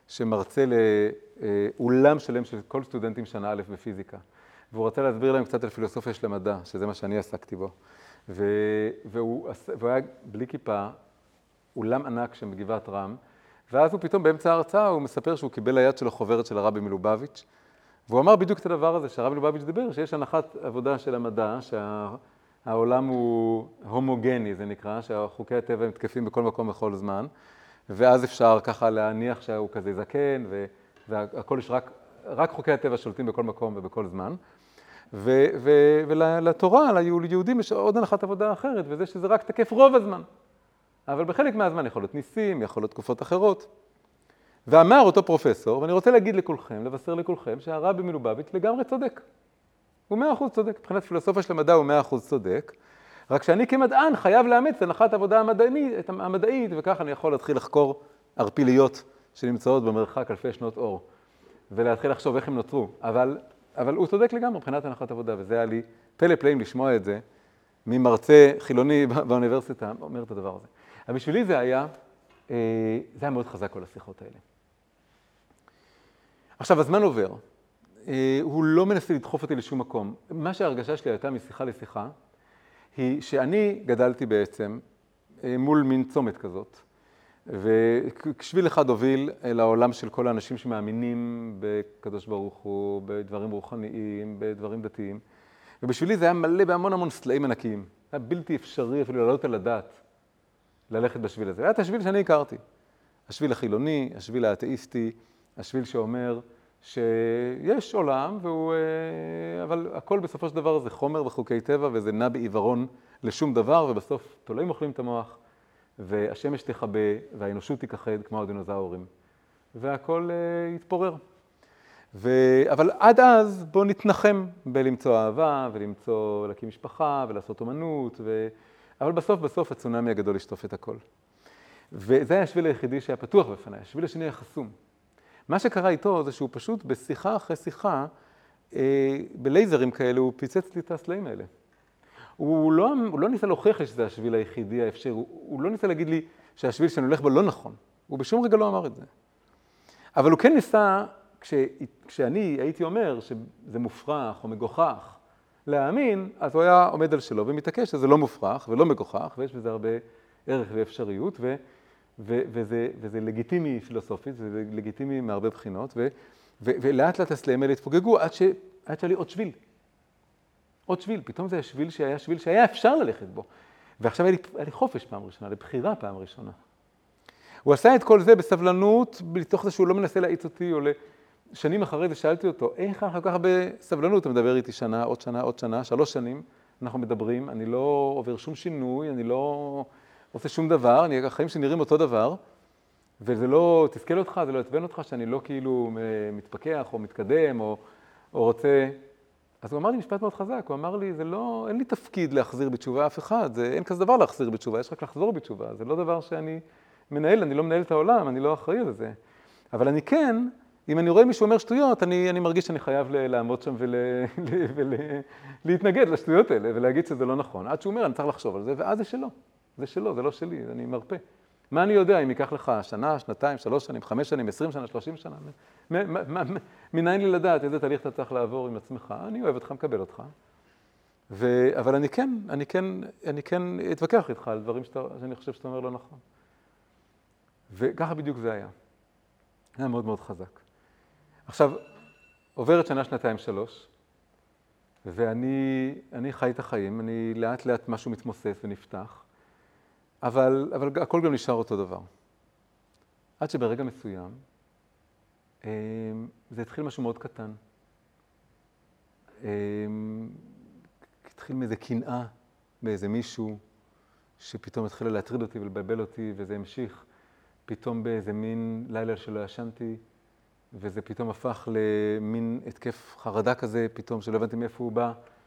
A: שמרצה לאולם שלם של כל סטודנטים שנה א' בפיזיקה. והוא רצה להסביר להם קצת על פילוסופיה של המדע, שזה מה שאני עסקתי בו. והוא, והוא היה בלי כיפה, אולם ענק שם בגבעת רם, ואז הוא פתאום באמצע ההרצאה, הוא מספר שהוא קיבל ליד שלו חוברת של הרבי מלובביץ', והוא אמר בדיוק את הדבר הזה, שהרבי מלובביץ' דיבר, שיש הנחת עבודה של המדע, שהעולם הוא הומוגני, זה נקרא, שהחוקי הטבע הם תקפים בכל מקום בכל זמן, ואז אפשר ככה להניח שהוא כזה זקן, והכל יש רק, רק חוקי הטבע שולטים בכל מקום ובכל זמן. ו, ו, ולתורה, ליהודים יש עוד הנחת עבודה אחרת, וזה שזה רק תקף רוב הזמן. אבל בחלק מהזמן יכול להיות ניסים, יכול להיות תקופות אחרות. ואמר אותו פרופסור, ואני רוצה להגיד לכולכם, לבשר לכולכם, שהרבי מלובביץ' לגמרי צודק. הוא מאה אחוז צודק. מבחינת פילוסופיה של המדע הוא מאה אחוז צודק. רק שאני כמדען חייב לאמץ הנחת עבודה המדעית, המדעית, וכך אני יכול להתחיל לחקור ערפיליות שנמצאות במרחק אלפי שנות אור, ולהתחיל לחשוב איך הם נוצרו. אבל, אבל הוא צודק לגמרי מבחינת הנחת עבודה, וזה היה לי פלא פלאים לשמוע את זה, ממרצה חילוני באוניברסיטה אומר את הדבר הזה. אבל בשבילי זה היה, זה היה מאוד חזק כל השיחות האלה. עכשיו, הזמן עובר. הוא לא מנסה לדחוף אותי לשום מקום. מה שההרגשה שלי הייתה משיחה לשיחה, היא שאני גדלתי בעצם מול מין צומת כזאת, ושביל אחד הוביל לעולם של כל האנשים שמאמינים בקדוש ברוך הוא, בדברים רוחניים, בדברים דתיים, ובשבילי זה היה מלא בהמון המון סלעים ענקיים. היה בלתי אפשרי אפילו לעלות על הדעת, ללכת בשביל הזה. היה את השביל שאני הכרתי. השביל החילוני, השביל האתאיסטי, השביל שאומר שיש עולם, והוא, אבל הכל בסופו של דבר זה חומר וחוקי טבע, וזה נע בעיוורון לשום דבר, ובסוף תולעים אוכלים את המוח, והשמש תכבה, והאנושות תיכחד כמו הדינוזאורים, והכל יתפורר. ו... אבל עד אז בואו נתנחם בלמצוא אהבה, ולמצוא, להקים משפחה, ולעשות אומנות, ו... אבל בסוף, בסוף הצונמי הגדול ישטוף את הכל. וזה היה השביל היחידי שהיה פתוח בפניי, השביל השני היה חסום. מה שקרה איתו זה שהוא פשוט בשיחה אחרי שיחה, אה, בלייזרים כאלה, הוא פיצץ לי את הסלעים האלה. הוא לא, הוא לא ניסה להוכיח לי שזה השביל היחידי האפשר, הוא, הוא לא ניסה להגיד לי שהשביל שאני הולך בו לא נכון. הוא בשום רגע לא אמר את זה. אבל הוא כן ניסה, כש, כשאני הייתי אומר שזה מופרך או מגוחך להאמין, אז הוא היה עומד על שלו ומתעקש שזה לא מופרך ולא מגוחך, ויש בזה הרבה ערך ואפשריות, ו... ו- וזה, וזה לגיטימי פילוסופית, זה לגיטימי מהרבה בחינות, ו- ו- ולאט לאט הסלעים האלה התפוגגו עד, ש- עד שהיה לי עוד שביל. עוד שביל, פתאום זה היה שביל שהיה שביל שהיה אפשר ללכת בו. ועכשיו היה לי, היה לי חופש פעם ראשונה, לבחירה פעם ראשונה. הוא עשה את כל זה בסבלנות, בתוך זה שהוא לא מנסה להעיץ אותי, או לשנים אחרי זה שאלתי אותו, איך אנחנו ככה בסבלנות? אתה מדבר איתי שנה, עוד שנה, עוד שנה, שלוש שנים, אנחנו מדברים, אני לא עובר שום שינוי, אני לא עושה שום דבר, אני, החיים שנראים אותו דבר, וזה לא תסכל אותך, זה לא יתבן אותך, שאני לא כאילו מתפכח או מתקדם או, או רוצה. אז הוא אמר לי משפט מאוד חזק, הוא אמר לי, זה לא, אין לי תפקיד להחזיר בתשובה אף אחד, זה, אין כזה דבר להחזיר בתשובה, יש רק לחזור בתשובה, זה לא דבר שאני מנהל, אני לא מנהל את העולם, אני לא אחראי לזה. אבל אני כן, אם אני רואה מישהו אומר שטויות, אני, אני מרגיש שאני חייב לעמוד שם ולהתנגד לשטויות האלה, ולהגיד שזה לא נכון. עד שהוא אומר, אני צריך לחשוב על זה, ואז זה שלו. זה שלו, זה לא שלי, אני מרפא. מה אני יודע אם ייקח לך שנה, שנתיים, שלוש שנים, חמש שנים, עשרים שנה, שלושים שנה? מניין לי לדעת איזה תהליך אתה צריך לעבור עם עצמך? אני אוהב אותך, מקבל אותך. ו... אבל אני כן, אני כן, אני כן אתווכח איתך על דברים שאתה, שאני חושב שאתה אומר לא נכון. וככה בדיוק זה היה. זה היה מאוד מאוד חזק. עכשיו, עוברת שנה, שנתיים, שלוש, ואני אני חי את החיים, אני לאט לאט משהו מתמוסס ונפתח, אבל, אבל הכל גם נשאר אותו דבר. עד שברגע מסוים, זה התחיל משהו מאוד קטן. התחיל מאיזה קנאה, באיזה מישהו, שפתאום התחילה להטריד אותי ולבלבל אותי, וזה המשיך פתאום באיזה מין לילה שלא ישנתי, וזה פתאום הפך למין התקף חרדה כזה, פתאום שלא הבנתי מאיפה הוא בא.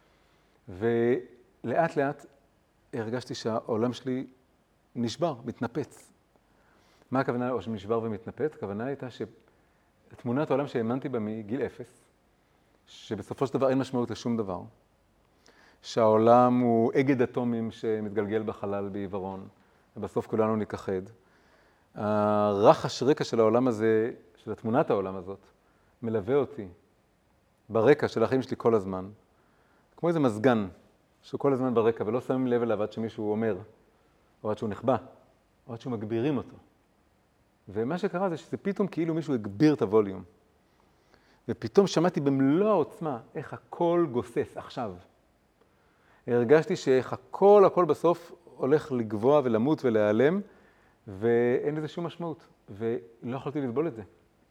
A: ולאט לאט הרגשתי שהעולם שלי נשבר, מתנפץ. מה הכוונה או שנשבר ומתנפץ? הכוונה הייתה שתמונת העולם שהאמנתי בה מגיל אפס, שבסופו של דבר אין משמעות לשום דבר, שהעולם הוא אגד אטומים שמתגלגל בחלל בעיוורון, ובסוף כולנו נכחד. הרחש רקע של העולם הזה, של תמונת העולם הזאת, מלווה אותי ברקע של החיים שלי כל הזמן, כמו איזה מזגן, שהוא כל הזמן ברקע, ולא שמים לב אליו עד שמישהו אומר, או עד שהוא נחבא, או עד שהוא מגבירים אותו. ומה שקרה זה שזה פתאום כאילו מישהו הגביר את הווליום. ופתאום שמעתי במלוא העוצמה איך הכל גוסס עכשיו. הרגשתי שאיך הכל, הכל בסוף הולך לגבוה ולמות ולהיעלם, ואין לזה שום משמעות. ולא יכולתי לסבול את זה.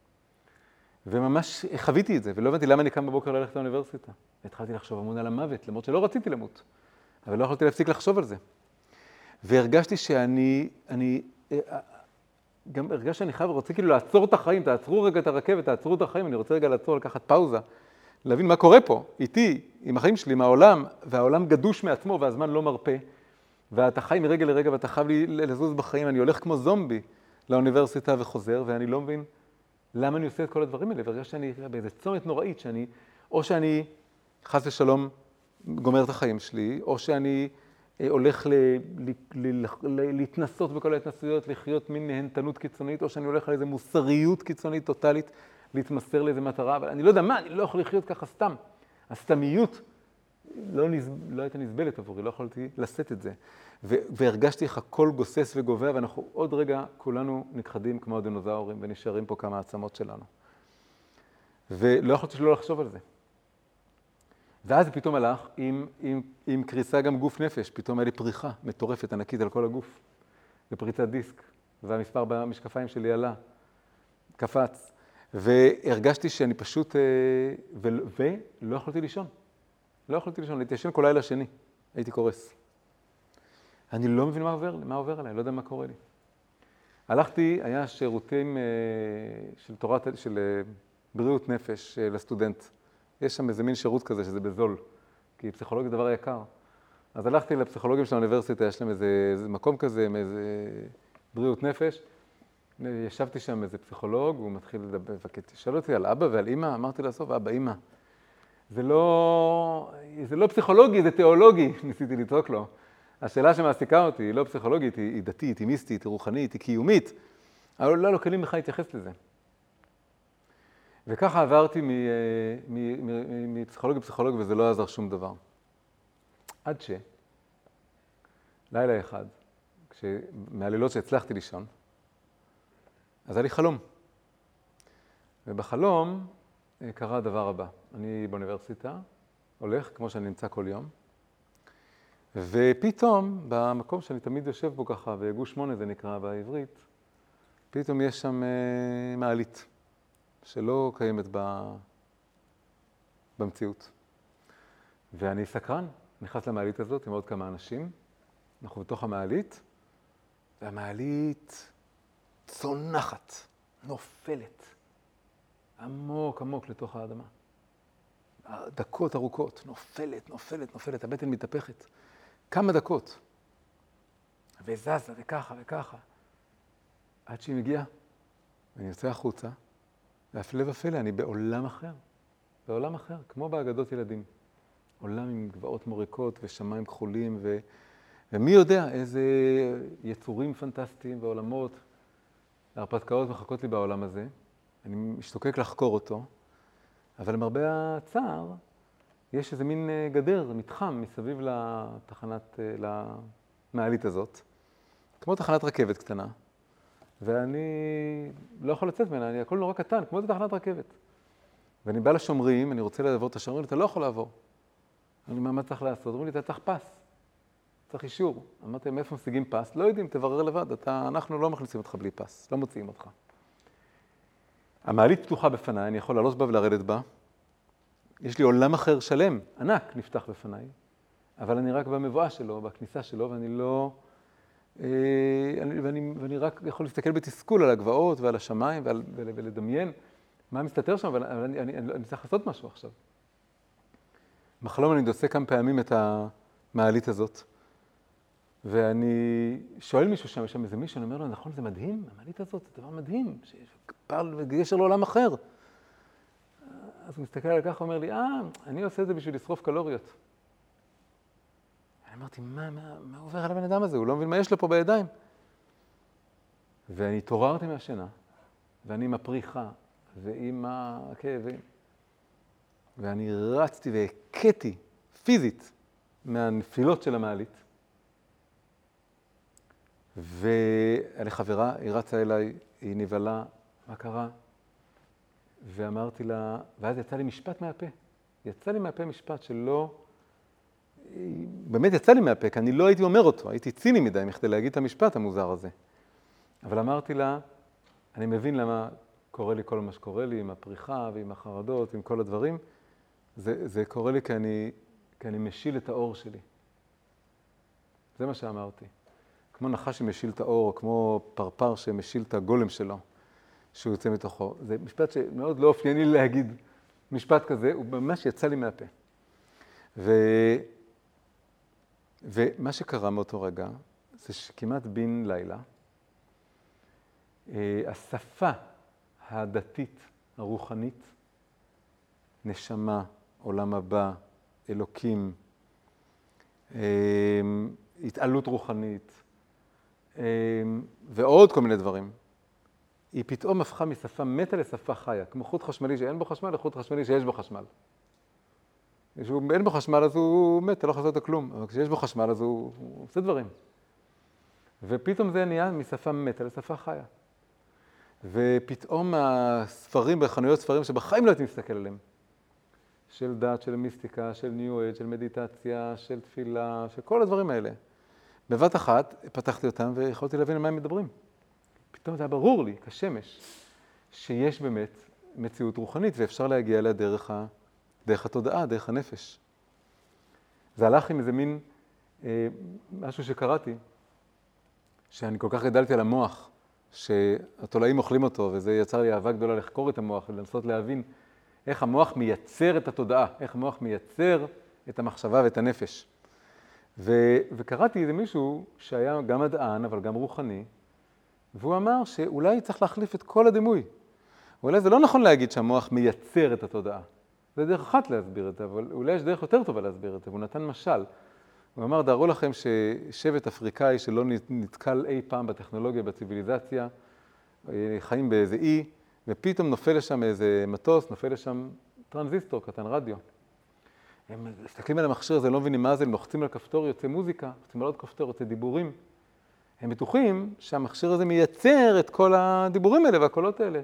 A: וממש חוויתי את זה, ולא הבנתי למה אני קם בבוקר ללכת לאוניברסיטה. והתחלתי לחשוב המון על המוות, למרות שלא רציתי למות. אבל לא יכולתי להפסיק לחשוב על זה. והרגשתי שאני, אני, גם הרגשתי שאני חייב, רוצה כאילו לעצור את החיים, תעצרו רגע את הרכבת, תעצרו את החיים, אני רוצה רגע לעצור, לקחת פאוזה, להבין מה קורה פה, איתי, עם החיים שלי, עם העולם, והעולם גדוש מעצמו, והזמן לא מרפא, ואתה חי מרגע לרגע, ואתה חייב לי לזוז בחיים, אני הולך כמו זומבי לאוניברסיטה וחוזר, ואני לא מבין למה אני עושה את כל הדברים האלה, והרגשתי שאני באיזו צומת נוראית, שאני, או שאני חס ושלום גומר את החיים שלי, או שאני הולך ל, ל, ל, ל, להתנסות בכל ההתנסויות, לחיות מין נהנתנות קיצונית, או שאני הולך על איזו מוסריות קיצונית טוטלית, להתמסר לאיזו מטרה, אבל אני לא יודע מה, אני לא יכול לחיות ככה סתם. הסתמיות לא, נז, לא הייתה נסבלת עבורי, לא יכולתי לשאת את זה. ו, והרגשתי איך הכל גוסס וגובע, ואנחנו עוד רגע כולנו נכחדים כמו הדינוזאורים, ונשארים פה כמה העצמות שלנו. ולא יכולתי שלא לחשוב על זה. ואז זה פתאום הלך עם, עם, עם קריסה גם גוף נפש, פתאום היה לי פריחה מטורפת ענקית על כל הגוף, ופריצת דיסק, והמספר במשקפיים שלי עלה, קפץ, והרגשתי שאני פשוט, ו, ולא יכולתי לישון, לא יכולתי לישון, הייתי ישן כל לילה שני, הייתי קורס. אני לא מבין מה עובר, מה עובר עליי, לא יודע מה קורה לי. הלכתי, היה שירותים של תורת, של בריאות נפש לסטודנט, יש שם איזה מין שירות כזה שזה בזול, כי פסיכולוגיה זה דבר יקר. אז הלכתי לפסיכולוגים של האוניברסיטה, יש להם איזה, איזה מקום כזה, איזה בריאות נפש. ישבתי שם איזה פסיכולוג, הוא מתחיל לדבר, ושאל אותי על אבא ועל אמא, אמרתי לסוף, אבא, אמא. זה לא, זה לא פסיכולוגי, זה תיאולוגי, ניסיתי לצעוק לו. השאלה שמעסיקה אותי היא לא פסיכולוגית, היא דתית, היא מיסטית, היא רוחנית, היא קיומית. אבל לא, לא כלים לך להתייחס לזה. וככה עברתי מפסיכולוג לפסיכולוג, וזה לא עזר שום דבר. עד ש... לילה אחד, מהלילות שהצלחתי לישון, אז היה לי חלום. ובחלום קרה הדבר הבא. אני באוניברסיטה, הולך, כמו שאני נמצא כל יום, ופתאום, במקום שאני תמיד יושב בו ככה, בגוש שמונה זה נקרא בעברית, פתאום יש שם מעלית. שלא קיימת במציאות. ואני סקרן, נכנס למעלית הזאת עם עוד כמה אנשים, אנחנו בתוך המעלית, והמעלית צונחת, נופלת, עמוק עמוק לתוך האדמה. דקות ארוכות, נופלת, נופלת, נופלת, הבטן מתהפכת. כמה דקות. וזזה וככה וככה. עד שהיא מגיעה, ואני יוצא החוצה, והפלא ופלא, אני בעולם אחר, בעולם אחר, כמו באגדות ילדים. עולם עם גבעות מוריקות ושמיים כחולים, ו... ומי יודע איזה יצורים פנטסטיים ועולמות, הרפתקאות מחכות לי בעולם הזה. אני משתוקק לחקור אותו, אבל למרבה הצער, יש איזה מין גדר, מתחם מסביב לתחנת, למעלית הזאת, כמו תחנת רכבת קטנה. ואני לא יכול לצאת ממנה, אני הכל נורא קטן, כמו זה תחנת רכבת. ואני בא לשומרים, אני רוצה לעבור את השומרים, אתה לא יכול לעבור. אני אומר, מה צריך לעשות? אומרים לי, אתה צריך פס, צריך אישור. אמרתי, מאיפה משיגים פס? לא יודעים, תברר לבד, אתה, אנחנו לא מכניסים אותך בלי פס, לא מוציאים אותך. המעלית פתוחה בפניי, אני יכול לעלות בה ולרדת בה. יש לי עולם אחר שלם, ענק, נפתח בפניי, אבל אני רק במבואה שלו, בכניסה שלו, ואני לא... ואני, ואני רק יכול להסתכל בתסכול על הגבעות ועל השמיים ועל, ולדמיין מה מסתתר שם, אבל אני, אני, אני, אני צריך לעשות משהו עכשיו. בחלום אני עושה כמה פעמים את המעלית הזאת, ואני שואל מישהו שם, יש שם איזה מישהו, אני אומר לו, נכון, זה מדהים, המעלית הזאת, זה דבר מדהים, שפעל וגשר לעולם אחר. אז הוא מסתכל על כך, הוא אומר לי, אה, אני עושה את זה בשביל לשרוף קלוריות. אמרתי, מה, מה, מה עובר על הבן אדם הזה? הוא לא מבין מה יש לו פה בידיים. ואני התעוררתי מהשינה, ואני עם הפריחה ועם הכאבים. ואני רצתי והכיתי פיזית מהנפילות של המעלית. ולחברה, היא רצה אליי, היא נבהלה, מה קרה? ואמרתי לה, ואז יצא לי משפט מהפה. יצא לי מהפה משפט שלא, באמת יצא לי מהפה, כי אני לא הייתי אומר אותו, הייתי ציני מדי מכדי להגיד את המשפט המוזר הזה. אבל אמרתי לה, אני מבין למה קורה לי כל מה שקורה לי, עם הפריחה ועם החרדות, עם כל הדברים. זה, זה קורה לי כי אני, כי אני משיל את האור שלי. זה מה שאמרתי. כמו נחש שמשיל את האור, או כמו פרפר שמשיל את הגולם שלו, שהוא יוצא מתוכו. זה משפט שמאוד לא אופייני לי להגיד משפט כזה, הוא ממש יצא לי מהפה. ו... ומה שקרה מאותו רגע, זה שכמעט בן לילה, השפה הדתית, הרוחנית, נשמה, עולם הבא, אלוקים, התעלות רוחנית, ועוד כל מיני דברים, היא פתאום הפכה משפה מתה לשפה חיה, כמו חוט חשמלי שאין בו חשמל, לחוט חשמלי שיש בו חשמל. כשאין בו חשמל אז הוא מת, לא חשבת כלום, אבל כשיש בו חשמל אז הוא, הוא עושה דברים. ופתאום זה נהיה משפה מתה לשפה חיה. ופתאום הספרים בחנויות ספרים שבחיים לא הייתי מסתכל עליהם, של דת, של מיסטיקה, של ניו אייג', של מדיטציה, של תפילה, של כל הדברים האלה. בבת אחת פתחתי אותם ויכולתי להבין על מה הם מדברים. פתאום זה היה ברור לי, כשמש, שיש באמת מציאות רוחנית ואפשר להגיע אליה דרך, ה... דרך התודעה, דרך הנפש. זה הלך עם איזה מין אה, משהו שקראתי, שאני כל כך גדלתי על המוח, שהתולעים אוכלים אותו, וזה יצר לי אהבה גדולה לחקור את המוח ולנסות להבין איך המוח מייצר את התודעה, איך המוח מייצר את המחשבה ואת הנפש. ו... וקראתי איזה מישהו שהיה גם מדען, אבל גם רוחני, והוא אמר שאולי צריך להחליף את כל הדימוי. אולי זה לא נכון להגיד שהמוח מייצר את התודעה. זה דרך אחת להסביר את זה, אבל אולי יש דרך יותר טובה להסביר את זה, והוא נתן משל. הוא אמר, דערו לכם ששבט אפריקאי שלא נתקל אי פעם בטכנולוגיה, בציביליזציה, חיים באיזה אי, ופתאום נופל לשם איזה מטוס, נופל לשם טרנזיסטור, קטן רדיו. הם מסתכלים על המכשיר הזה, לא מבינים מה זה, הם לוחצים על כפתור, יוצא מוזיקה, לוחצים על עוד כפתור, יוצא דיבורים. הם בטוחים שהמכשיר הזה מייצר את כל הדיבורים האלה והקולות האלה.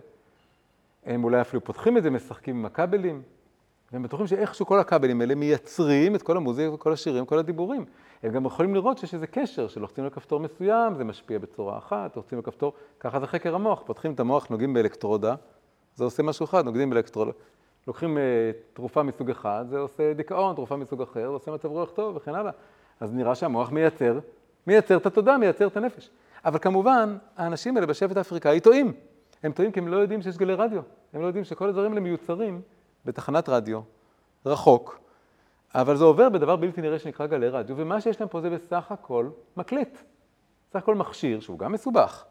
A: הם אולי אפילו פותחים את זה, משחקים עם הכבלים, והם בטוחים שאיכשהו כל הכבלים האלה מייצרים את כל המוזיקה וכל השירים, כל הדיבורים. הם גם יכולים לראות שיש איזה קשר, שלוחצים על כפתור מסוים, זה משפיע בצורה אחת, לוחצים על כפתור, ככה זה חקר המוח, פותחים את המוח, נוגעים באלקטרודה, זה עושה משהו אחד, נוגעים באלקטרודה. לוקחים תרופה מסוג אחד, זה עושה דיכאון, תרופה מסוג אחר, זה עושה מצב רוח טוב וכן הלאה. אז נראה שהמוח מייצר, מייצר את התודעה, מייצר את הנפש. אבל כמובן, האנשים האלה בשבט האפריקאי טועים. הם טועים כי הם לא יודעים שיש גלי רדיו. הם לא יודעים שכל הדברים האלה מיוצרים בתחנת רדיו, רחוק, אבל זה עובר בדבר בלתי נראה שנקרא גלי רדיו, ומה שיש להם פה זה בסך הכל מקלט. בסך הכל מכשיר שהוא גם מסובך,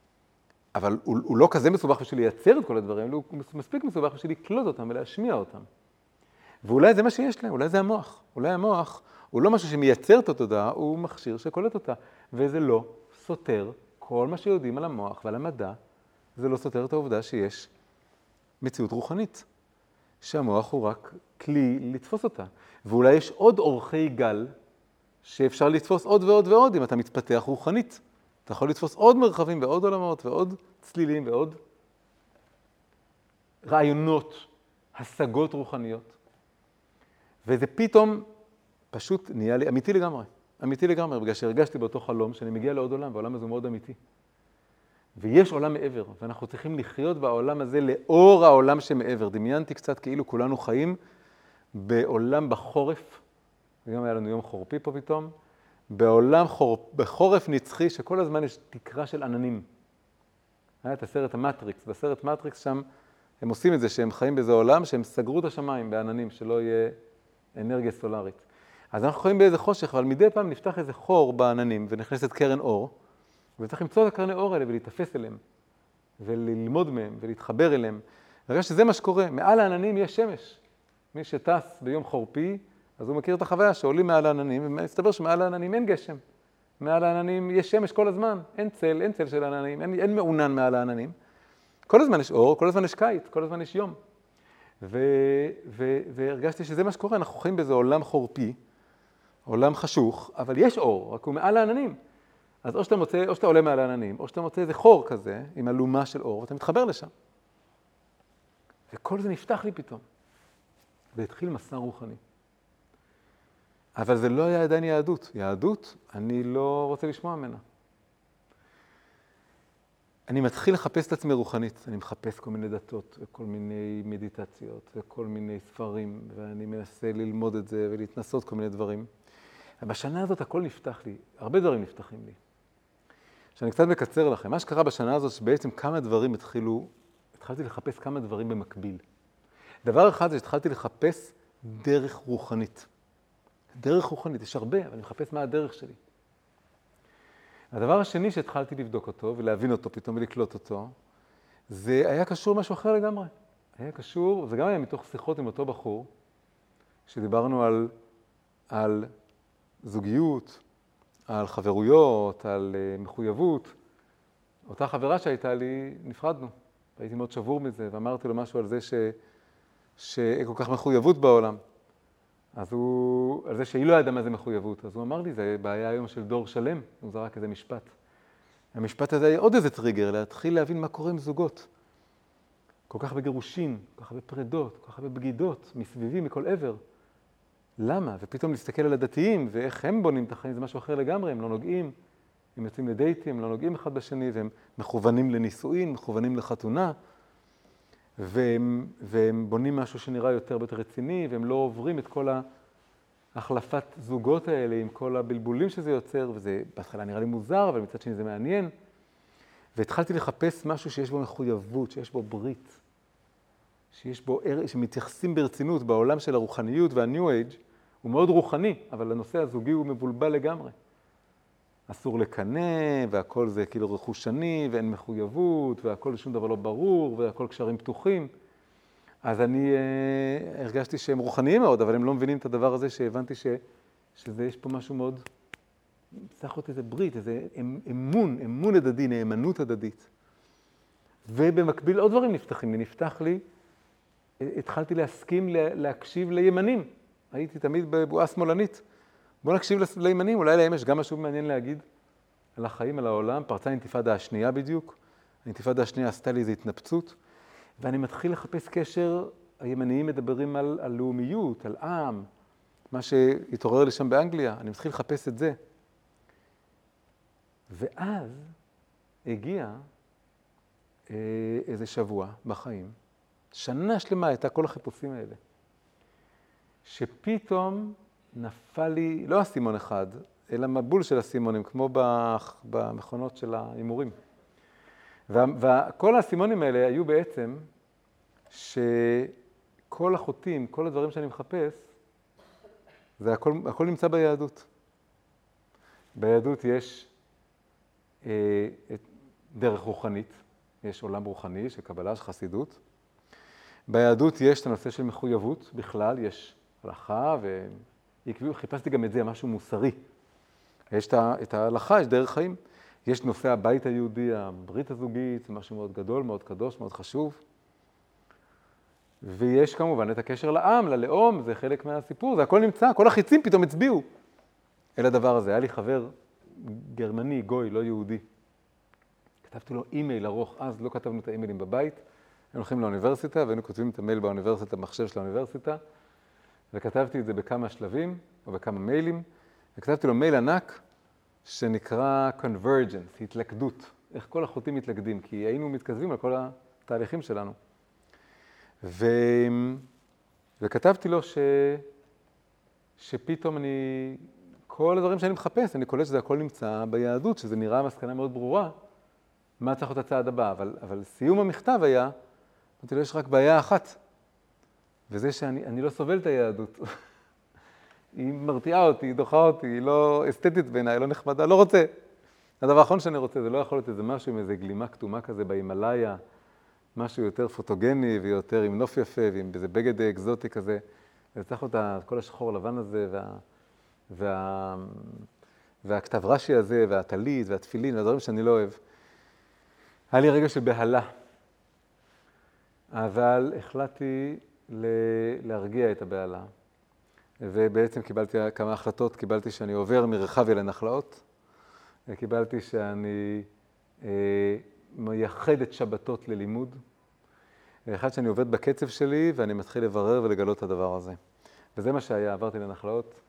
A: אבל הוא, הוא לא כזה מסובך בשביל לייצר את כל הדברים, הוא מספיק מסובך בשביל לקלוט אותם ולהשמיע אותם. ואולי זה מה שיש להם, אולי זה המוח. אולי המוח הוא לא משהו שמייצר את התודעה, הוא מכשיר שקולט אותה. וזה לא סותר כל מה שיודעים על המוח ועל המדע, זה לא סותר את העובדה שיש מציאות רוחנית. שהמוח הוא רק כלי לתפוס אותה. ואולי יש עוד אורכי גל שאפשר לתפוס עוד ועוד ועוד אם אתה מתפתח רוחנית. אתה יכול לתפוס עוד מרחבים ועוד עולמות ועוד צלילים ועוד רעיונות, השגות רוחניות. וזה פתאום פשוט נהיה לי אמיתי לגמרי. אמיתי לגמרי, בגלל שהרגשתי באותו חלום שאני מגיע לעוד עולם, והעולם הזה הוא מאוד אמיתי. ויש עולם מעבר, ואנחנו צריכים לחיות בעולם הזה לאור העולם שמעבר. דמיינתי קצת כאילו כולנו חיים בעולם בחורף, וגם היה לנו יום חורפי פה פתאום, בעולם חור... בחורף נצחי שכל הזמן יש תקרה של עננים. היה את הסרט המטריקס, בסרט מטריקס שם הם עושים את זה שהם חיים באיזה עולם שהם סגרו את השמיים בעננים, שלא יהיה אנרגיה סולארית. אז אנחנו חיים באיזה חושך, אבל מדי פעם נפתח איזה חור בעננים ונכנסת קרן אור, וצריך למצוא את הקרני אור האלה ולהתאפס אליהם, וללמוד מהם ולהתחבר אליהם. בגלל שזה מה שקורה, מעל העננים יש שמש. מי שטס ביום חורפי, אז הוא מכיר את החוויה שעולים מעל העננים, ומסתבר שמעל העננים אין גשם. מעל העננים יש שמש כל הזמן, אין צל, אין צל של העננים, אין, אין מעונן מעל העננים. כל הזמן יש אור, כל הזמן יש קיץ, כל הזמן יש יום. ו, ו, והרגשתי שזה מה שקורה, אנחנו חיים באיזה עולם חורפי, עולם חשוך, אבל יש אור, רק הוא מעל העננים. אז או שאתה מוצא, או שאתה עולה מעל העננים, או שאתה מוצא איזה חור כזה, עם אלומה של אור, ואתה מתחבר לשם. וכל זה נפתח לי פתאום. והתחיל מסע רוחני. אבל זה לא היה עדיין יהדות. יהדות, אני לא רוצה לשמוע ממנה. אני מתחיל לחפש את עצמי רוחנית. אני מחפש כל מיני דתות, וכל מיני מדיטציות, וכל מיני ספרים, ואני מנסה ללמוד את זה ולהתנסות כל מיני דברים. ובשנה הזאת הכל נפתח לי. הרבה דברים נפתחים לי. שאני קצת מקצר לכם. מה שקרה בשנה הזאת, שבעצם כמה דברים התחילו, התחלתי לחפש כמה דברים במקביל. דבר אחד זה שהתחלתי לחפש דרך רוחנית. דרך רוחנית, יש הרבה, אבל אני מחפש מה הדרך שלי. הדבר השני שהתחלתי לבדוק אותו ולהבין אותו פתאום ולקלוט אותו, זה היה קשור למשהו אחר לגמרי. היה קשור, זה גם היה מתוך שיחות עם אותו בחור, שדיברנו על, על זוגיות, על חברויות, על uh, מחויבות. אותה חברה שהייתה לי, נפרדנו. הייתי מאוד שבור מזה, ואמרתי לו משהו על זה ש... שאין כל כך מחויבות בעולם. אז הוא, על זה שהיא לא ידעה מה זה מחויבות, אז הוא אמר לי, זה בעיה היום של דור שלם, הוא זרק איזה משפט. המשפט הזה היה עוד איזה טריגר, להתחיל להבין מה קורה עם זוגות. כל כך בגירושין, כל כך בפרדות, כל כך בבגידות, מסביבי, מכל עבר. למה? ופתאום להסתכל על הדתיים, ואיך הם בונים את החיים, זה משהו אחר לגמרי, הם לא נוגעים, הם יוצאים לדייטים, הם לא נוגעים אחד בשני, והם מכוונים לנישואין, מכוונים לחתונה, והם, והם בונים משהו שנראה יותר יותר רציני, והם לא עוברים את כל ההחלפת זוגות האלה עם כל הבלבולים שזה יוצר, וזה בהתחלה נראה לי מוזר, אבל מצד שני זה מעניין. והתחלתי לחפש משהו שיש בו מחויבות, שיש בו ברית, שיש בו, שמתייחסים ברצינות בעולם של הרוחניות והניו אייג' הוא מאוד רוחני, אבל הנושא הזוגי הוא מבולבל לגמרי. אסור לקנא, והכל זה כאילו רכושני, ואין מחויבות, והכל שום דבר לא ברור, והכל קשרים פתוחים. אז אני אה, הרגשתי שהם רוחניים מאוד, אבל הם לא מבינים את הדבר הזה, שהבנתי ש, שזה, יש פה משהו מאוד, צריך להיות איזה ברית, איזה אמון, אמון הדדי, נאמנות הדדית. ובמקביל עוד דברים נפתחים לי, נפתח לי, התחלתי להסכים להקשיב לימנים. הייתי תמיד בבועה שמאלנית. בואו נקשיב לימנים, אולי להם יש גם משהו מעניין להגיד על החיים, על העולם. פרצה האינתיפאדה השנייה בדיוק. האינתיפאדה השנייה עשתה לי איזו התנפצות, ואני מתחיל לחפש קשר, הימניים מדברים על, על לאומיות, על עם, מה שהתעורר לי שם באנגליה, אני מתחיל לחפש את זה. ואז הגיע אה, איזה שבוע בחיים, שנה שלמה הייתה כל החיפושים האלה, שפתאום נפל לי, לא הסימון אחד, אלא מבול של הסימונים, כמו במכונות של ההימורים. וכל הסימונים האלה היו בעצם שכל החוטים, כל הדברים שאני מחפש, זה הכל, הכל נמצא ביהדות. ביהדות יש אה, דרך רוחנית, יש עולם רוחני של קבלה, של חסידות. ביהדות יש את הנושא של מחויבות בכלל, יש הלכה, וחיפשתי גם את זה, משהו מוסרי. יש את ההלכה, יש דרך חיים. יש נושא הבית היהודי, הברית הזוגית, זה משהו מאוד גדול, מאוד קדוש, מאוד חשוב. ויש כמובן את הקשר לעם, ללאום, זה חלק מהסיפור, זה הכל נמצא, כל החיצים פתאום הצביעו אל הדבר הזה. היה לי חבר גרמני, גוי, לא יהודי. כתבתי לו אימייל ארוך, אז לא כתבנו את האימיילים בבית, היינו הולכים לאוניברסיטה, והיינו כותבים את המייל באוניברסיטה, במחשב של האוניברסיטה, וכתבתי את זה בכמה שלבים, או בכמה מיילים, וכתבתי לו מייל ענק, שנקרא Convergence, התלכדות, איך כל החוטים מתלכדים, כי היינו מתכתבים על כל התהליכים שלנו. ו... וכתבתי לו ש... שפתאום אני, כל הדברים שאני מחפש, אני קולט שזה הכל נמצא ביהדות, שזה נראה מסקנה מאוד ברורה, מה צריך להיות הצעד הבא, אבל, אבל סיום המכתב היה, אמרתי לו, יש רק בעיה אחת, וזה שאני אני לא סובל את היהדות. היא מרתיעה אותי, היא דוחה אותי, היא לא אסתטית בעיניי, היא לא נחמדה, לא רוצה. הדבר האחרון שאני רוצה, זה לא יכול להיות איזה משהו עם איזה גלימה כתומה כזה בהימלאיה, משהו יותר פוטוגני ויותר עם נוף יפה ועם איזה בגד אקזוטי כזה. זה צריך להיות כל השחור לבן הזה וה, וה, והכתב רש"י הזה והטלית והתפילין והדברים שאני לא אוהב. היה לי רגע של בהלה. אבל החלטתי להרגיע את הבעלה. ובעצם קיבלתי כמה החלטות, קיבלתי שאני עובר מרחביה לנחלאות, קיבלתי שאני אה, מייחד את שבתות ללימוד, אחד שאני עובד בקצב שלי ואני מתחיל לברר ולגלות את הדבר הזה. וזה מה שהיה, עברתי לנחלאות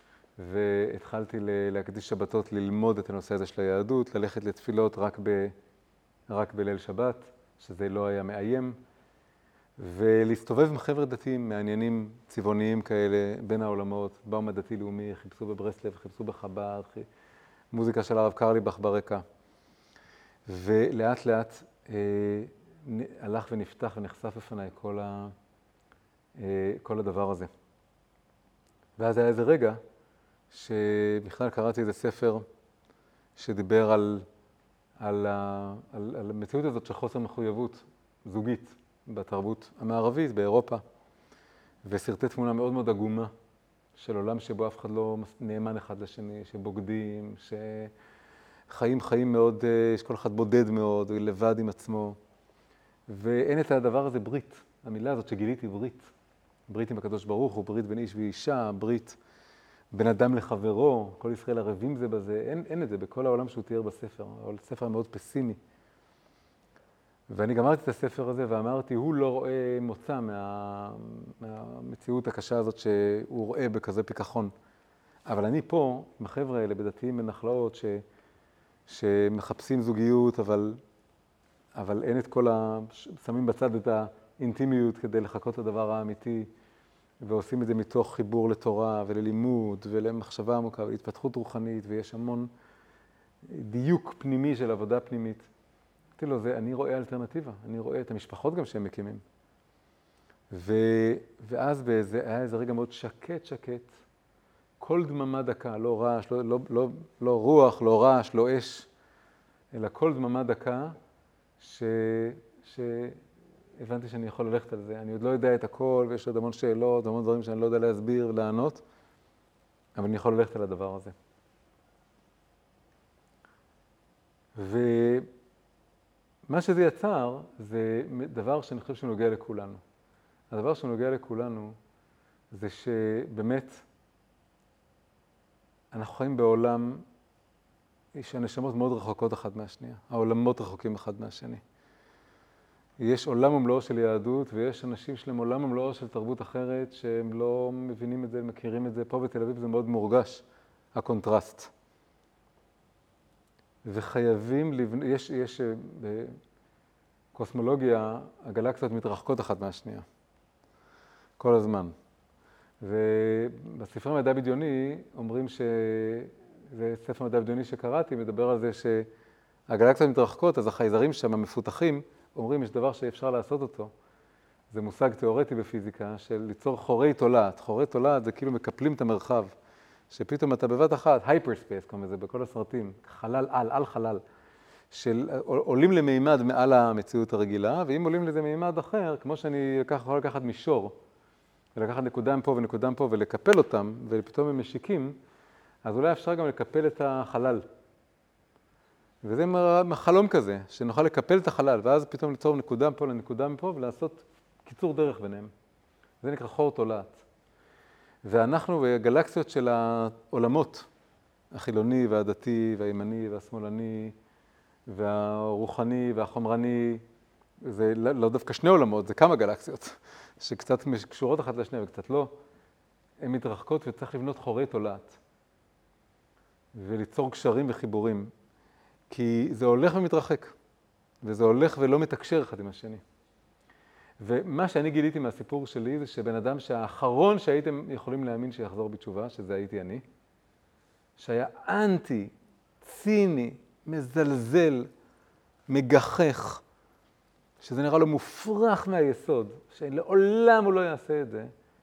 A: והתחלתי להקדיש שבתות ללמוד את הנושא הזה של היהדות, ללכת לתפילות רק, ב, רק בליל שבת, שזה לא היה מאיים, ולהסתובב עם חבר'ה דתיים, מעניינים צבעוניים כאלה בין העולמות, באו הדתי-לאומי, חיפשו בברסלב, חיפשו בחב"ד, מוזיקה של הרב קרליבך ברקע. ולאט לאט אה, הלך ונפתח ונחשף בפניי כל, ה, אה, כל הדבר הזה. ואז היה איזה רגע שבכלל קראתי איזה ספר שדיבר על, על, ה, על, על המציאות הזאת של חוסר מחויבות זוגית בתרבות המערבית, באירופה, וסרטי תמונה מאוד מאוד עגומה של עולם שבו אף אחד לא נאמן אחד לשני, שבוגדים, שחיים חיים מאוד, שכל אחד בודד מאוד, לבד עם עצמו. ואין את הדבר הזה ברית, המילה הזאת שגיליתי ברית. ברית עם הקדוש ברוך הוא, ברית בין איש ואישה, ברית בין אדם לחברו, כל ישראל ערבים זה בזה, אין, אין את זה בכל העולם שהוא תיאר בספר, אבל ספר מאוד פסימי. ואני גמרתי את הספר הזה ואמרתי, הוא לא רואה מוצא מה, מהמציאות הקשה הזאת שהוא רואה בכזה פיקחון. אבל אני פה, עם החבר'ה האלה, בדתיים בנחלאות, ש, שמחפשים זוגיות, אבל, אבל אין את כל ה... שמים בצד את האינטימיות כדי לחכות את הדבר האמיתי, ועושים את זה מתוך חיבור לתורה וללימוד ולמחשבה עמוקה ולהתפתחות רוחנית, ויש המון דיוק פנימי של עבודה פנימית. אמרתי לו, זה, אני רואה אלטרנטיבה, אני רואה את המשפחות גם שהם מקימים. ו, ואז באיזה, היה איזה רגע מאוד שקט, שקט, כל דממה דקה, לא רעש, לא, לא, לא, לא רוח, לא רעש, לא אש, אלא כל דממה דקה, ש, שהבנתי שאני יכול ללכת על זה. אני עוד לא יודע את הכל, ויש עוד המון שאלות, המון דברים שאני לא יודע להסביר ולענות, אבל אני יכול ללכת על הדבר הזה. ו... מה שזה יצר זה דבר שאני חושב שנוגע לכולנו. הדבר שנוגע לכולנו זה שבאמת אנחנו חיים בעולם שהנשמות מאוד רחוקות אחת מהשנייה. העולמות רחוקים אחד מהשני. יש עולם ומלואו של יהדות ויש אנשים שלהם עולם ומלואו של תרבות אחרת שהם לא מבינים את זה, מכירים את זה. פה בתל אביב זה מאוד מורגש, הקונטרסט. וחייבים לבנות, יש, יש בקוסמולוגיה, הגלקסיות מתרחקות אחת מהשנייה, כל הזמן. ובספרי מדע בדיוני אומרים ש... זה ספר מדע בדיוני שקראתי, מדבר על זה שהגלקסיות מתרחקות, אז החייזרים שם המפותחים אומרים, יש דבר שאפשר לעשות אותו. זה מושג תיאורטי בפיזיקה של ליצור חורי תולעת. חורי תולעת זה כאילו מקפלים את המרחב. שפתאום אתה בבת אחת, הייפרספייס, כמו זה בכל הסרטים, חלל על, על חלל, של עולים למימד מעל המציאות הרגילה, ואם עולים לזה מימד אחר, כמו שאני יכול לקחת מישור, ולקחת נקודה פה ונקודה פה ולקפל אותם, ופתאום הם משיקים, אז אולי אפשר גם לקפל את החלל. וזה חלום כזה, שנוכל לקפל את החלל, ואז פתאום ליצור נקודה פה לנקודה פה, ולעשות קיצור דרך ביניהם. זה נקרא חור תולעת. ואנחנו בגלקסיות של העולמות, החילוני והדתי והימני והשמאלני והרוחני והחומרני, זה לא דווקא שני עולמות, זה כמה גלקסיות, שקצת קשורות אחת לשנייה וקצת לא, הן מתרחקות וצריך לבנות חורי תולעת, וליצור קשרים וחיבורים, כי זה הולך ומתרחק, וזה הולך ולא מתקשר אחד עם השני. ומה שאני גיליתי מהסיפור שלי זה שבן אדם שהאחרון שהייתם יכולים להאמין שיחזור בתשובה, שזה הייתי אני, שהיה אנטי, ציני, מזלזל, מגחך, שזה נראה לו מופרך מהיסוד, שלעולם הוא לא יעשה את זה,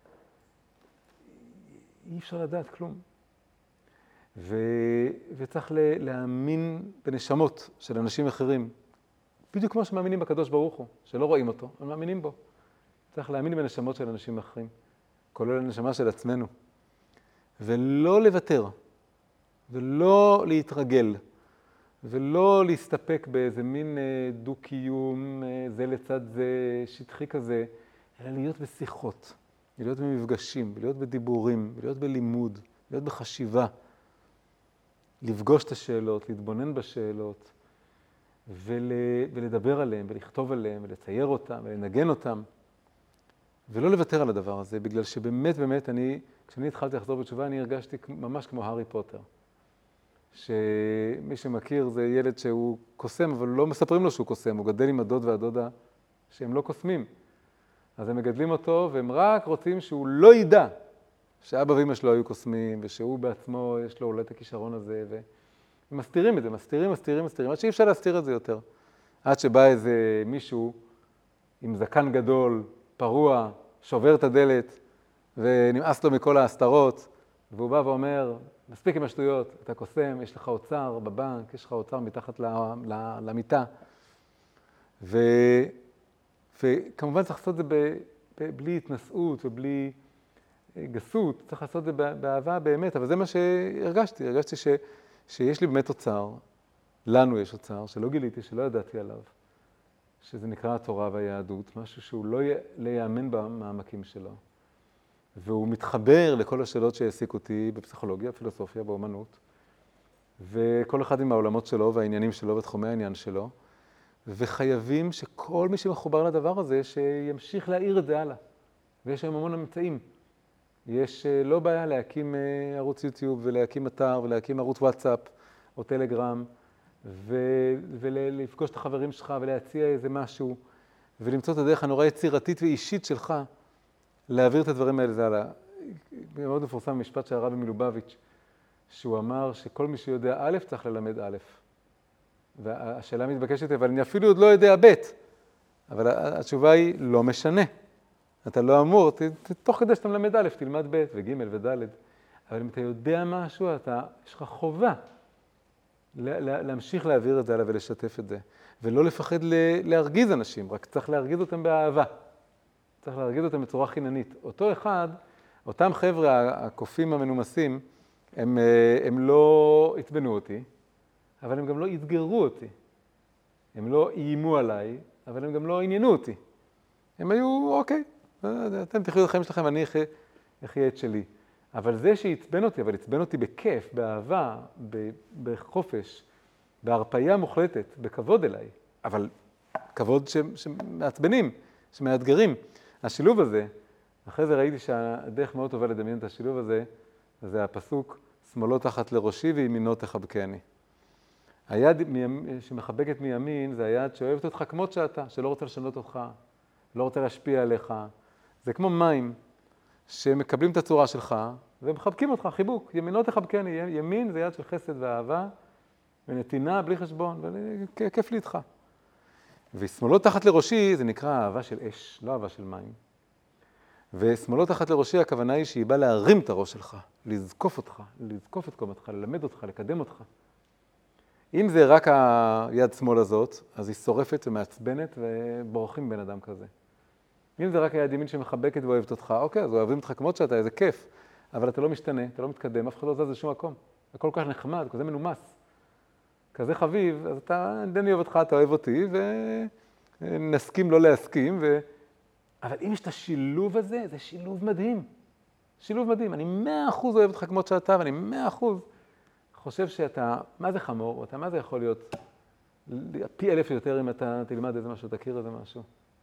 A: אי אפשר לדעת כלום. ו... וצריך להאמין בנשמות של אנשים אחרים, בדיוק כמו שמאמינים בקדוש ברוך הוא, שלא רואים אותו, אבל מאמינים בו. צריך להאמין בנשמות של אנשים אחרים, כולל הנשמה של עצמנו. ולא לוותר, ולא להתרגל, ולא להסתפק באיזה מין דו-קיום, זה לצד זה, שטחי כזה, אלא להיות בשיחות, להיות במפגשים, להיות בדיבורים, להיות בלימוד, להיות בחשיבה, לפגוש את השאלות, להתבונן בשאלות, ול, ולדבר עליהן, ולכתוב עליהן, ולצייר אותן, ולנגן אותן, ולא לוותר על הדבר הזה, בגלל שבאמת, באמת, אני, כשאני התחלתי לחזור בתשובה, אני הרגשתי ממש כמו הארי פוטר. שמי שמכיר זה ילד שהוא קוסם, אבל לא מספרים לו שהוא קוסם, הוא גדל עם הדוד והדודה שהם לא קוסמים. אז הם מגדלים אותו, והם רק רוצים שהוא לא ידע שאבא ואמא שלו היו קוסמים, ושהוא בעצמו יש לו אולי את הכישרון הזה, והם מסתירים את זה, מסתירים, מסתירים, מסתירים, עד שאי אפשר להסתיר את זה יותר. עד שבא איזה מישהו עם זקן גדול, פרוע, שובר את הדלת, ונמאס לו מכל ההסתרות, והוא בא ואומר, מספיק עם השטויות, אתה קוסם, יש לך אוצר בבנק, יש לך אוצר מתחת למיטה. ו... וכמובן צריך לעשות את זה ב... ב... בלי התנשאות ובלי גסות, צריך לעשות את זה באהבה באמת, אבל זה מה שהרגשתי, הרגשתי ש... שיש לי באמת אוצר, לנו יש אוצר, שלא גיליתי, שלא ידעתי עליו, שזה נקרא התורה והיהדות, משהו שהוא לא, י... לא יאמן במעמקים שלו. והוא מתחבר לכל השאלות שהעסיק אותי בפסיכולוגיה, פילוסופיה, באומנות, וכל אחד עם העולמות שלו והעניינים שלו ותחומי העניין שלו, וחייבים שכל מי שמחובר לדבר הזה, שימשיך להעיר את זה הלאה. ויש היום המון אמצעים. יש לא בעיה להקים ערוץ יוטיוב ולהקים אתר ולהקים ערוץ וואטסאפ או טלגרם, ו- ולפגוש את החברים שלך ולהציע איזה משהו, ולמצוא את הדרך הנורא יצירתית ואישית שלך, להעביר את הדברים האלה, זה הלאה. מאוד מפורסם משפט של הרבי מלובביץ', שהוא אמר שכל מי שיודע א' צריך ללמד א'. והשאלה מתבקשת, אבל אני אפילו עוד לא יודע ב'. אבל התשובה היא, לא משנה. אתה לא אמור, ת, ת, תוך כדי שאתה מלמד א', תלמד ב' וג' וד'. אבל אם אתה יודע משהו, אתה, יש לך חובה לה, להמשיך להעביר את זה הלאה ולשתף את זה. ולא לפחד להרגיז אנשים, רק צריך להרגיז אותם באהבה. צריך להרגיז אותם בצורה חיננית. אותו אחד, אותם חבר'ה, הקופים המנומסים, הם, הם לא התבנו אותי, אבל הם גם לא יתגרו אותי. הם לא איימו עליי, אבל הם גם לא עניינו אותי. הם היו, אוקיי, אתם תחיו את החיים שלכם, אני אחיה את שלי. אבל זה שהצבן אותי, אבל הצבן אותי בכיף, באהבה, בחופש, בהרפאיה מוחלטת, בכבוד אליי, אבל כבוד שמעצבנים, שמאתגרים. השילוב הזה, אחרי זה ראיתי שהדרך מאוד טובה לדמיין את השילוב הזה, זה הפסוק, שמאלו תחת לראשי וימינו תחבקני. היד שמחבקת מימין זה היד שאוהבת אותך כמות שאתה, שלא רוצה לשנות אותך, לא רוצה להשפיע עליך. זה כמו מים שמקבלים את הצורה שלך ומחבקים אותך, חיבוק. ימינו תחבקני, ימין זה יד של חסד ואהבה ונתינה בלי חשבון, וכיף לי איתך. ושמאלו תחת לראשי זה נקרא אהבה של אש, לא אהבה של מים. ושמאלו תחת לראשי הכוונה היא שהיא באה להרים את הראש שלך, לזקוף אותך, לזקוף את קומתך, ללמד אותך, לקדם אותך. אם זה רק היד שמאל הזאת, אז היא שורפת ומעצבנת ובורחים בן אדם כזה. אם זה רק היד ימין שמחבקת ואוהבת אותך, אוקיי, אז אוהבים אותך כמות שאתה, איזה כיף. אבל אתה לא משתנה, אתה לא מתקדם, אף אחד לא זז לשום מקום. הכל כך נחמד, כזה מנומס. כזה חביב, אז אתה, אני אוהב אותך, אתה אוהב אותי, ונסכים לא להסכים. ו... אבל אם יש את השילוב הזה, זה שילוב מדהים. שילוב מדהים. אני מאה אחוז אוהב אותך כמות שאתה, ואני מאה אחוז חושב שאתה, מה זה חמור, אתה מה זה יכול להיות פי אלף יותר אם אתה תלמד איזה משהו, תכיר איזה משהו.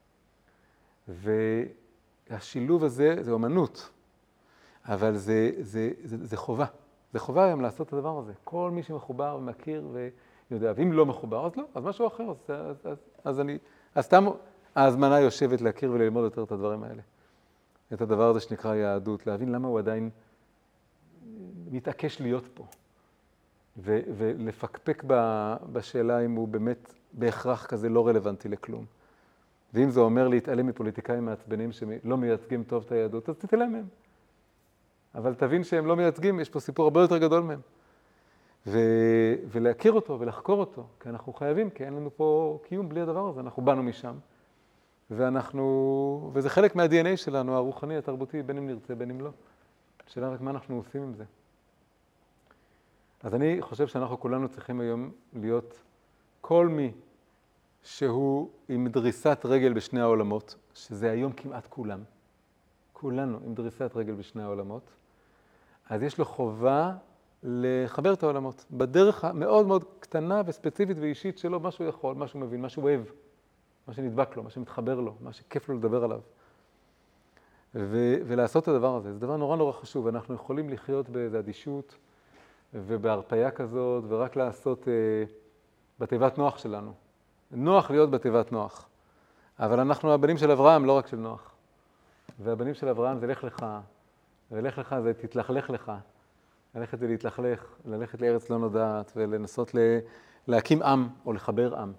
A: והשילוב הזה, זה אומנות, אבל זה, זה, זה, זה חובה. זה חובה היום לעשות את הדבר הזה. כל מי שמחובר ומכיר ויודע, ואם לא מחובר, אז לא, אז משהו אחר. אז, אז, אז, אז אני, אז סתם ההזמנה יושבת להכיר וללמוד יותר את הדברים האלה. את הדבר הזה שנקרא יהדות, להבין למה הוא עדיין מתעקש להיות פה. ו- ולפקפק בשאלה אם הוא באמת בהכרח כזה לא רלוונטי לכלום. ואם זה אומר להתעלם מפוליטיקאים מעצבנים שלא מייצגים טוב את היהדות, אז תתעלם מהם. אבל תבין שהם לא מייצגים, יש פה סיפור הרבה יותר גדול מהם. ו- ולהכיר אותו ולחקור אותו, כי אנחנו חייבים, כי אין לנו פה קיום בלי הדבר הזה, אנחנו באנו משם. ואנחנו, וזה חלק מה-די אן איי שלנו, הרוחני, התרבותי, בין אם נרצה, בין אם לא. השאלה רק מה אנחנו עושים עם זה. אז אני חושב שאנחנו כולנו צריכים היום להיות כל מי שהוא עם דריסת רגל בשני העולמות, שזה היום כמעט כולם, כולנו עם דריסת רגל בשני העולמות, אז יש לו חובה לחבר את העולמות, בדרך המאוד מאוד קטנה וספציפית ואישית שלו, מה שהוא יכול, מה שהוא מבין, מה שהוא אוהב, מה שנדבק לו, מה שמתחבר לו, מה שכיף לו לדבר עליו. ו- ולעשות את הדבר הזה, זה דבר נורא נורא חשוב, אנחנו יכולים לחיות באיזו אדישות ובהרפאיה כזאת, ורק לעשות אה, בתיבת נוח שלנו. נוח להיות בתיבת נוח, אבל אנחנו הבנים של אברהם, לא רק של נוח. והבנים של אברהם זה לך לך, ולך לך זה תתלכלך לך. ללכת ולהתלכלך, ללכת לארץ לא נודעת, ולנסות ל- להקים עם או לחבר עם.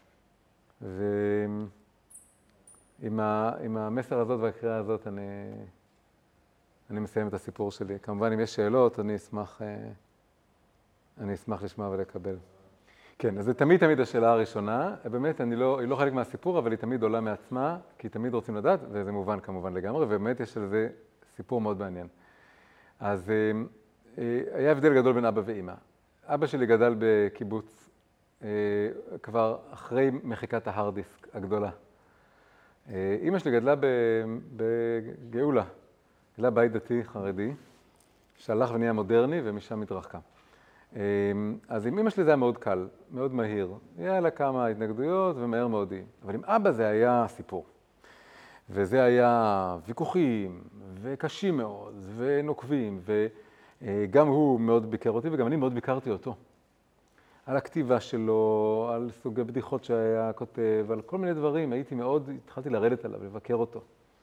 A: ועם ה- עם המסר הזאת והקריאה הזאת אני, אני מסיים את הסיפור שלי. כמובן, אם יש שאלות, אני אשמח, אני אשמח לשמוע ולקבל. כן, אז זה תמיד תמיד השאלה הראשונה. באמת, אני לא, היא לא חלק מהסיפור, אבל היא תמיד עולה מעצמה, כי תמיד רוצים לדעת, וזה מובן כמובן לגמרי, ובאמת יש על זה סיפור מאוד מעניין. אז היה הבדל גדול בין אבא ואמא. אבא שלי גדל בקיבוץ כבר אחרי מחיקת ההארד דיסק הגדולה. אמא שלי גדלה בגאולה, גדלה בית דתי חרדי, שהלך ונהיה מודרני ומשם התרחקה. אז עם אמא שלי זה היה מאוד קל, מאוד מהיר. היה לה כמה התנגדויות ומהר מאוד היא. אבל עם אבא זה היה סיפור. וזה היה ויכוחים, וקשים מאוד, ונוקבים, וגם הוא מאוד ביקר אותי, וגם אני מאוד ביקרתי אותו. על הכתיבה שלו, על סוגי בדיחות שהיה כותב, על כל מיני דברים, הייתי מאוד, התחלתי לרדת עליו, לבקר אותו.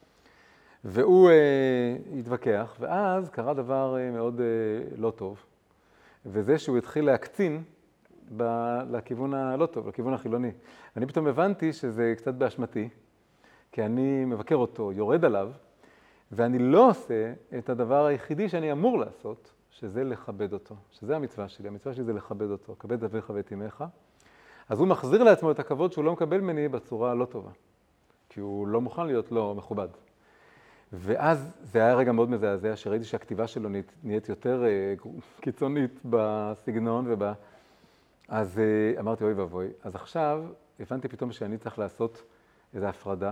A: והוא אה, התווכח, ואז קרה דבר אה, מאוד אה, לא טוב, וזה שהוא התחיל להקצין ב- לכיוון הלא טוב, לכיוון החילוני. אני פתאום הבנתי שזה קצת באשמתי, כי אני מבקר אותו, יורד עליו, ואני לא עושה את הדבר היחידי שאני אמור לעשות, שזה לכבד אותו, שזה המצווה שלי. המצווה שלי זה לכבד אותו, כבד אביך ואת אמך. אז הוא מחזיר לעצמו את הכבוד שהוא לא מקבל ממני בצורה הלא טובה, כי הוא לא מוכן להיות לא מכובד. ואז זה היה רגע מאוד מזעזע, שראיתי שהכתיבה שלו נהיית יותר קיצונית בסגנון ובא... אז אמרתי, אוי ואבוי. אז עכשיו הבנתי פתאום שאני צריך לעשות איזו הפרדה,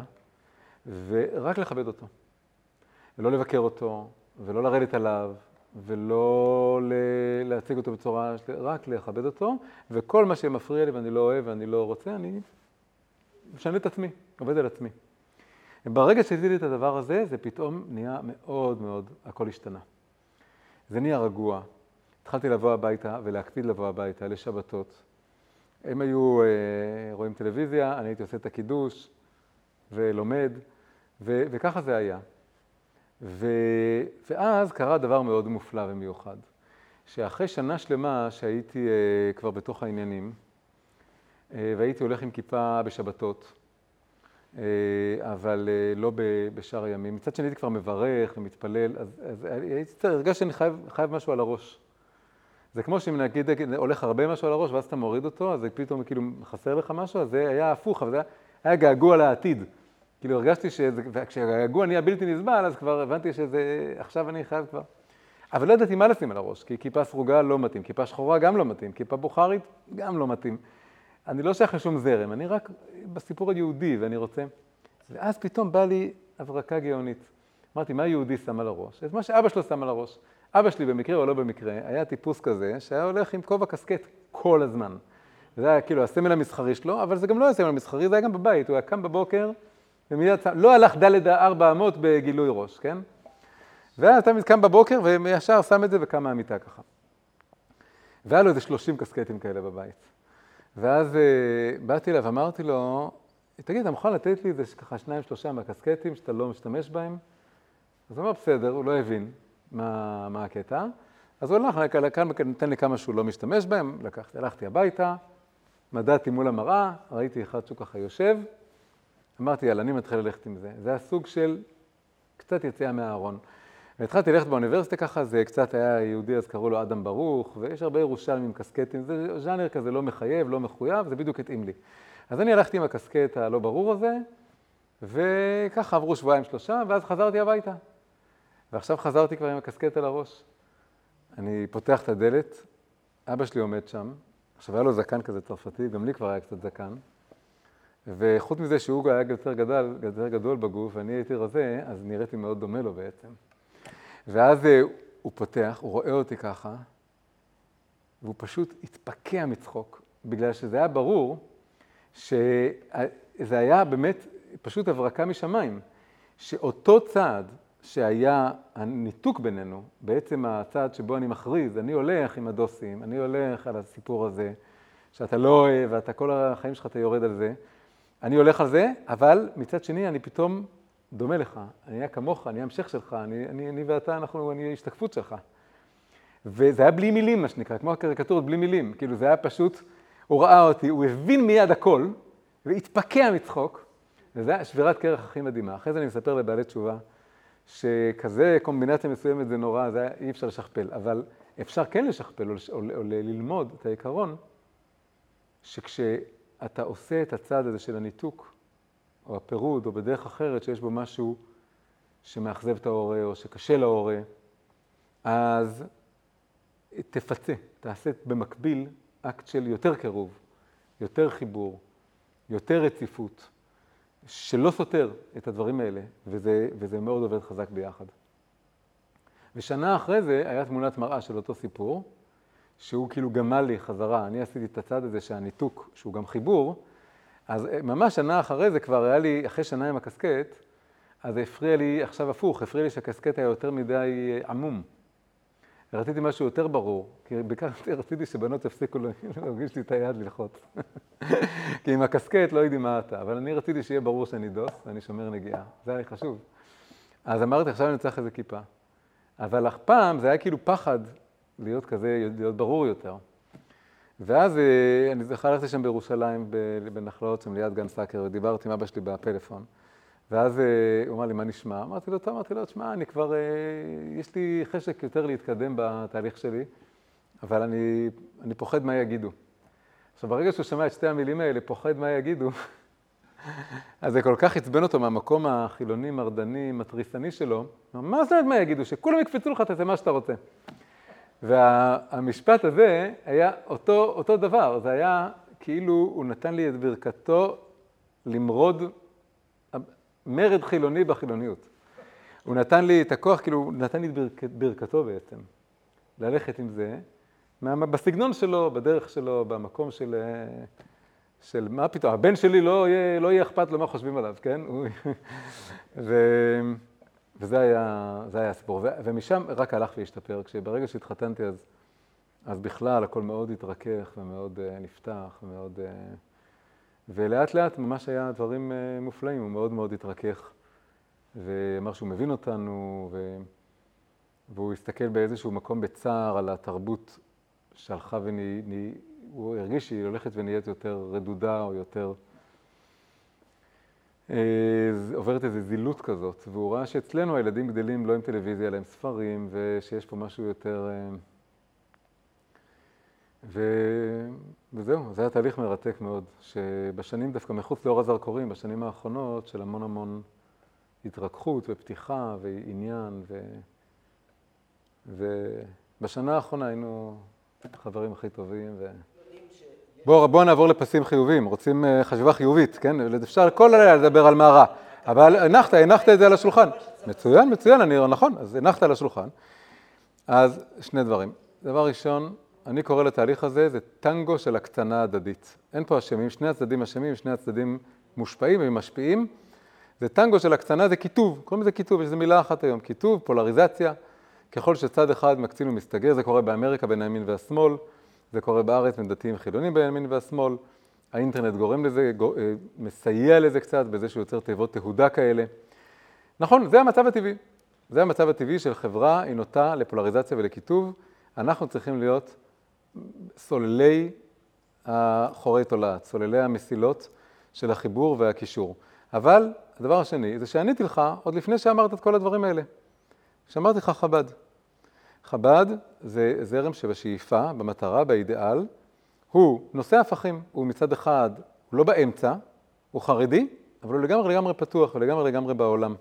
A: ורק לכבד אותו. ולא לבקר אותו, ולא לרדת עליו, ולא להציג אותו בצורה, רק לכבד אותו, וכל מה שמפריע לי ואני לא אוהב ואני לא רוצה, אני משנה את עצמי, עובד על עצמי. ברגע שעשיתי את הדבר הזה, זה פתאום נהיה מאוד מאוד, הכל השתנה. זה נהיה רגוע. התחלתי לבוא הביתה ולהקפיד לבוא הביתה לשבתות. הם היו רואים טלוויזיה, אני הייתי עושה את הקידוש ולומד, ו- וככה זה היה. ו- ואז קרה דבר מאוד מופלא ומיוחד, שאחרי שנה שלמה שהייתי כבר בתוך העניינים, והייתי הולך עם כיפה בשבתות, אבל לא בשאר הימים. מצד שני הייתי כבר מברך ומתפלל, אז, אז הייתי הרגש שאני חייב, חייב משהו על הראש. זה כמו שאם נגיד הולך הרבה משהו על הראש ואז אתה מוריד אותו, אז זה פתאום כאילו חסר לך משהו, אז זה היה הפוך, אבל זה היה געגוע לעתיד. כאילו הרגשתי שזה, וכשהגעגוע נהיה בלתי נסבל, אז כבר הבנתי שזה, עכשיו אני חייב כבר. אבל לא ידעתי מה לשים על הראש, כי כיפה סרוגה לא מתאים, כיפה שחורה גם לא מתאים, כיפה בוכרית גם לא מתאים. אני לא שייך לשום זרם, אני רק בסיפור היהודי ואני רוצה. ואז פתאום בא לי הברקה גאונית. אמרתי, מה יהודי שם על הראש? את מה שאבא שלו שם על הראש. אבא שלי במקרה או לא במקרה, היה טיפוס כזה שהיה הולך עם כובע קסקט כל הזמן. זה היה כאילו הסמל המסחרי שלו, אבל זה גם לא היה סמל המסחרי, זה היה גם בבית. הוא היה קם בבוקר ומיד לא הלך ד' ארבע אמות בגילוי ראש, כן? ואז אתה קם בבוקר וישר שם את זה וקם מהמיטה ככה. והיה לו איזה שלושים קסקטים כאלה בבית. ואז באתי אליו ואמרתי לו, תגיד, אתה מוכן לתת לי איזה ככה שניים שלושה מהקסקטים שאתה לא משתמש בהם? אז הוא אמר, בסדר, הוא לא הבין מה, מה הקטע. אז הוא הלך, נתן לי כמה שהוא לא משתמש בהם, לקחתי, הלכתי הביתה, מדדתי מול המראה, ראיתי אחד שהוא ככה יושב, אמרתי, יאללה, אני מתחיל ללכת עם זה. זה הסוג של קצת יציאה מהארון. והתחלתי ללכת באוניברסיטה ככה, זה קצת היה יהודי, אז קראו לו אדם ברוך, ויש הרבה ירושלמים עם קסקטים, זה ז'אנר כזה לא מחייב, לא מחויב, זה בדיוק התאים לי. אז אני הלכתי עם הקסקט הלא ברור הזה, וככה עברו שבועיים שלושה, ואז חזרתי הביתה. ועכשיו חזרתי כבר עם הקסקט על הראש. אני פותח את הדלת, אבא שלי עומד שם, עכשיו היה לו זקן כזה צרפתי, גם לי כבר היה קצת זקן, וחוץ מזה שהוא היה יותר גדול, יותר גדול בגוף, ואני הייתי רזה, אז נראיתי מאוד דומה לו בעצם. ואז הוא פותח, הוא רואה אותי ככה, והוא פשוט התפקע מצחוק, בגלל שזה היה ברור שזה היה באמת פשוט הברקה משמיים, שאותו צעד שהיה הניתוק בינינו, בעצם הצעד שבו אני מכריז, אני הולך עם הדוסים, אני הולך על הסיפור הזה, שאתה לא אוהב, ואתה כל החיים שלך אתה יורד על זה, אני הולך על זה, אבל מצד שני אני פתאום דומה לך, אני אהיה כמוך, אני המשך שלך, אני, אני, אני ואתה, אנחנו, אני השתקפות שלך. וזה היה בלי מילים, מה שנקרא, כמו הקריקטורות, בלי מילים. כאילו זה היה פשוט, הוא ראה אותי, הוא הבין מיד הכל, והתפקע מצחוק, וזה היה שבירת קרח הכי מדהימה. אחרי זה אני מספר לבעלי תשובה, שכזה קומבינציה מסוימת זה נורא, זה היה, אי אפשר לשכפל, אבל אפשר כן לשכפל או, או, או ללמוד את העיקרון, שכשאתה עושה את הצעד הזה של הניתוק, או הפירוד, או בדרך אחרת שיש בו משהו שמאכזב את ההורה, או שקשה להורה, אז תפצה, תעשה במקביל אקט של יותר קירוב, יותר חיבור, יותר רציפות, שלא סותר את הדברים האלה, וזה, וזה מאוד עובד חזק ביחד. ושנה אחרי זה היה תמונת מראה של אותו סיפור, שהוא כאילו גמל לי חזרה. אני עשיתי את הצד הזה שהניתוק, שהוא גם חיבור, אז ממש שנה אחרי זה כבר היה לי, אחרי שנה עם הקסקט, אז הפריע לי, עכשיו הפוך, הפריע לי שהקסקט היה יותר מדי עמום. רציתי משהו יותר ברור, כי בעיקר רציתי שבנות יפסיקו להרגיש לי את היד ללחוץ. כי עם הקסקט לא יודעים מה אתה, אבל אני רציתי שיהיה ברור שאני דוס ואני שומר נגיעה. זה היה לי חשוב. אז אמרתי, עכשיו אני צריך איזה כיפה. אבל אך פעם זה היה כאילו פחד להיות כזה, להיות ברור יותר. ואז אני זוכר ללכת שם בירושלים, בנחלאות שם ליד גן סאקר, ודיברתי עם אבא שלי בפלאפון. ואז הוא אמר לי, מה נשמע? אמרתי לו, טוב, אמרתי לו, תשמע, אני כבר, יש לי חשק יותר להתקדם בתהליך שלי, אבל אני, אני פוחד מה יגידו. עכשיו, ברגע שהוא שמע את שתי המילים האלה, פוחד מה יגידו, אז זה כל כך עצבן אותו מהמקום החילוני, מרדני, מטריסני שלו, מה זאת אומרת מה יגידו? שכולם יקפצו לך, תעשה מה שאתה רוצה. והמשפט הזה היה אותו, אותו דבר, זה היה כאילו הוא נתן לי את ברכתו למרוד מרד חילוני בחילוניות. הוא נתן לי את הכוח, כאילו הוא נתן לי את ברכתו בעצם, ללכת עם זה, בסגנון שלו, בדרך שלו, במקום של, של מה פתאום, הבן שלי לא יהיה, לא יהיה אכפת לו מה חושבים עליו, כן? ו, וזה היה, זה היה הסיפור, ו, ומשם רק הלך והשתפר, כשברגע שהתחתנתי אז, אז בכלל הכל מאוד התרכך ומאוד uh, נפתח ומאוד... Uh, ולאט לאט ממש היה דברים מופלאים, הוא מאוד מאוד התרכך, ואמר שהוא מבין אותנו, ו... והוא הסתכל באיזשהו מקום בצער על התרבות שהלכה והוא הרגיש שהיא הולכת ונהיית יותר רדודה או יותר... עוברת איזו זילות כזאת, והוא ראה שאצלנו הילדים גדלים לא עם טלוויזיה, אלא עם ספרים, ושיש פה משהו יותר... ו... וזהו, זה היה תהליך מרתק מאוד, שבשנים דווקא מחוץ לאור הזרקורים, בשנים האחרונות של המון המון התרככות ופתיחה ועניין, ו... ובשנה האחרונה היינו חברים הכי טובים. ו... בואו בוא נעבור לפסים חיוביים, רוצים חשיבה חיובית, כן? אפשר כל הלילה לדבר על מה רע, אבל הנחת, הנחת את זה על השולחן. מצוין, מצוין, אני נכון, אז הנחת על השולחן. אז שני דברים. דבר ראשון, אני קורא לתהליך הזה, זה טנגו של הקצנה הדדית. אין פה אשמים, שני הצדדים אשמים, שני הצדדים מושפעים ומשפיעים. זה טנגו של הקצנה, זה כיתוב, קוראים לזה כיתוב, יש איזו מילה אחת היום, כיתוב, פולריזציה. ככל שצד אחד מקצין ומסתגר, זה קורה באמריקה בין הימין והשמאל, זה קורה בארץ בין דתיים חילונים בין הימין והשמאל. האינטרנט גורם לזה, מסייע לזה קצת, בזה שהוא יוצר תיבות תהודה כאלה. נכון, זה המצב הטבעי. זה המצב הטבעי של חברה, היא נוטה לפולריזציה ולכיתוב. אנחנו צריכים להיות סוללי החורי תולעת, סוללי המסילות של החיבור והקישור. אבל הדבר השני, זה שעניתי לך עוד לפני שאמרת את כל הדברים האלה. שאמרתי לך חב"ד. חב"ד זה זרם שבשאיפה, במטרה, באידיאל, הוא נושא הפכים, הוא מצד אחד, הוא לא באמצע, הוא חרדי, אבל הוא לגמרי לגמרי פתוח ולגמרי לגמרי בעולם.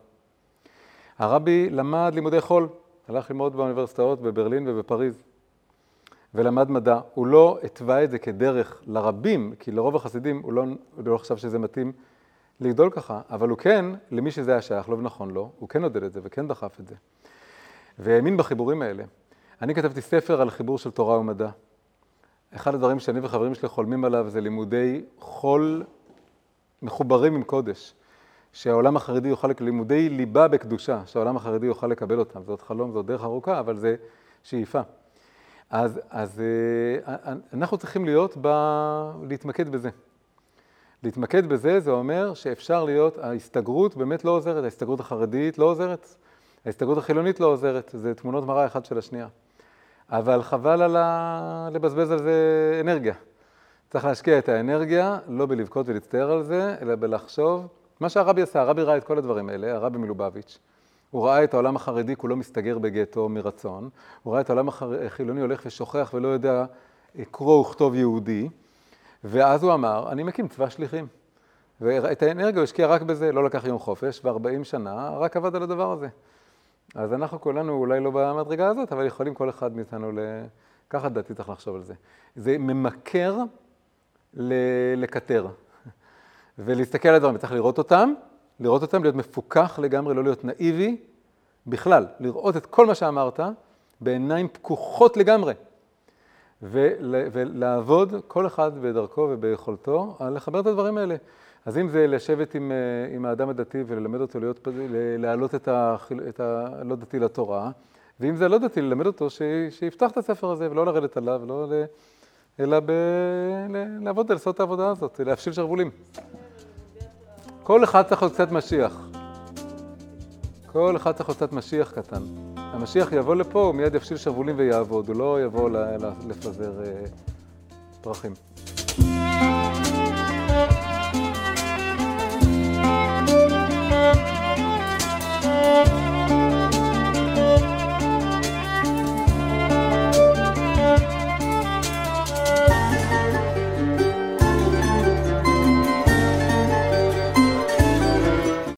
A: הרבי למד לימודי חול, הלך ללמוד באוניברסיטאות בברלין ובפריז. ולמד מדע, הוא לא התווה את זה כדרך לרבים, כי לרוב החסידים הוא לא, הוא לא חשב שזה מתאים לגדול ככה, אבל הוא כן, למי שזה היה שייך, לא ונכון לו, הוא כן עודד את זה וכן דחף את זה. והאמין בחיבורים האלה. אני כתבתי ספר על חיבור של תורה ומדע. אחד הדברים שאני וחברים שלי חולמים עליו זה לימודי חול מחוברים עם קודש. שהעולם החרדי יוכל, לימודי ליבה בקדושה, שהעולם החרדי יוכל לקבל אותם. זה עוד חלום, זה עוד דרך ארוכה, אבל זה שאיפה. אז, אז אנחנו צריכים להיות, ב... להתמקד בזה. להתמקד בזה, זה אומר שאפשר להיות, ההסתגרות באמת לא עוזרת, ההסתגרות החרדית לא עוזרת, ההסתגרות החילונית לא עוזרת, זה תמונות מראה אחת של השנייה. אבל חבל על ה... לבזבז על זה אנרגיה. צריך להשקיע את האנרגיה, לא בלבכות ולהצטער על זה, אלא בלחשוב. מה שהרבי עשה, הרבי ראה את כל הדברים האלה, הרבי מלובביץ', הוא ראה את העולם החרדי כולו מסתגר בגטו מרצון, הוא ראה את העולם החילוני הולך ושוכח ולא יודע קרוא וכתוב יהודי, ואז הוא אמר, אני מקים צבא שליחים. ואת האנרגיה הוא השקיע רק בזה, לא לקח יום חופש, ו-ארבעים שנה רק עבד על הדבר הזה. אז אנחנו כולנו אולי לא במדרגה הזאת, אבל יכולים כל אחד מאיתנו, ככה דעתי צריך לחשוב על זה. זה ממכר לקטר. ולהסתכל על הדברים, צריך לראות אותם, לראות אותם, להיות מפוקח לגמרי, לא להיות נאיבי, בכלל, לראות את כל מה שאמרת, בעיניים פקוחות לגמרי, ולעבוד כל אחד בדרכו וביכולתו, על לחבר את הדברים האלה. אז אם זה לשבת עם, עם האדם הדתי וללמד אותו להיות, להעלות את, ה, את הלא דתי לתורה, ואם זה לא דתי, ללמד אותו ש, שיפתח את הספר הזה ולא לרדת עליו, לא, אלא ב, לעבוד, לעשות את העבודה הזאת, להפשיל שרבולים. כל אחד צריך להיות קצת משיח. כל אחד צריך להיות קצת משיח קטן. המשיח יבוא לפה, הוא מיד יפשיל שרבולים ויעבוד, הוא לא יבוא לפזר פרחים.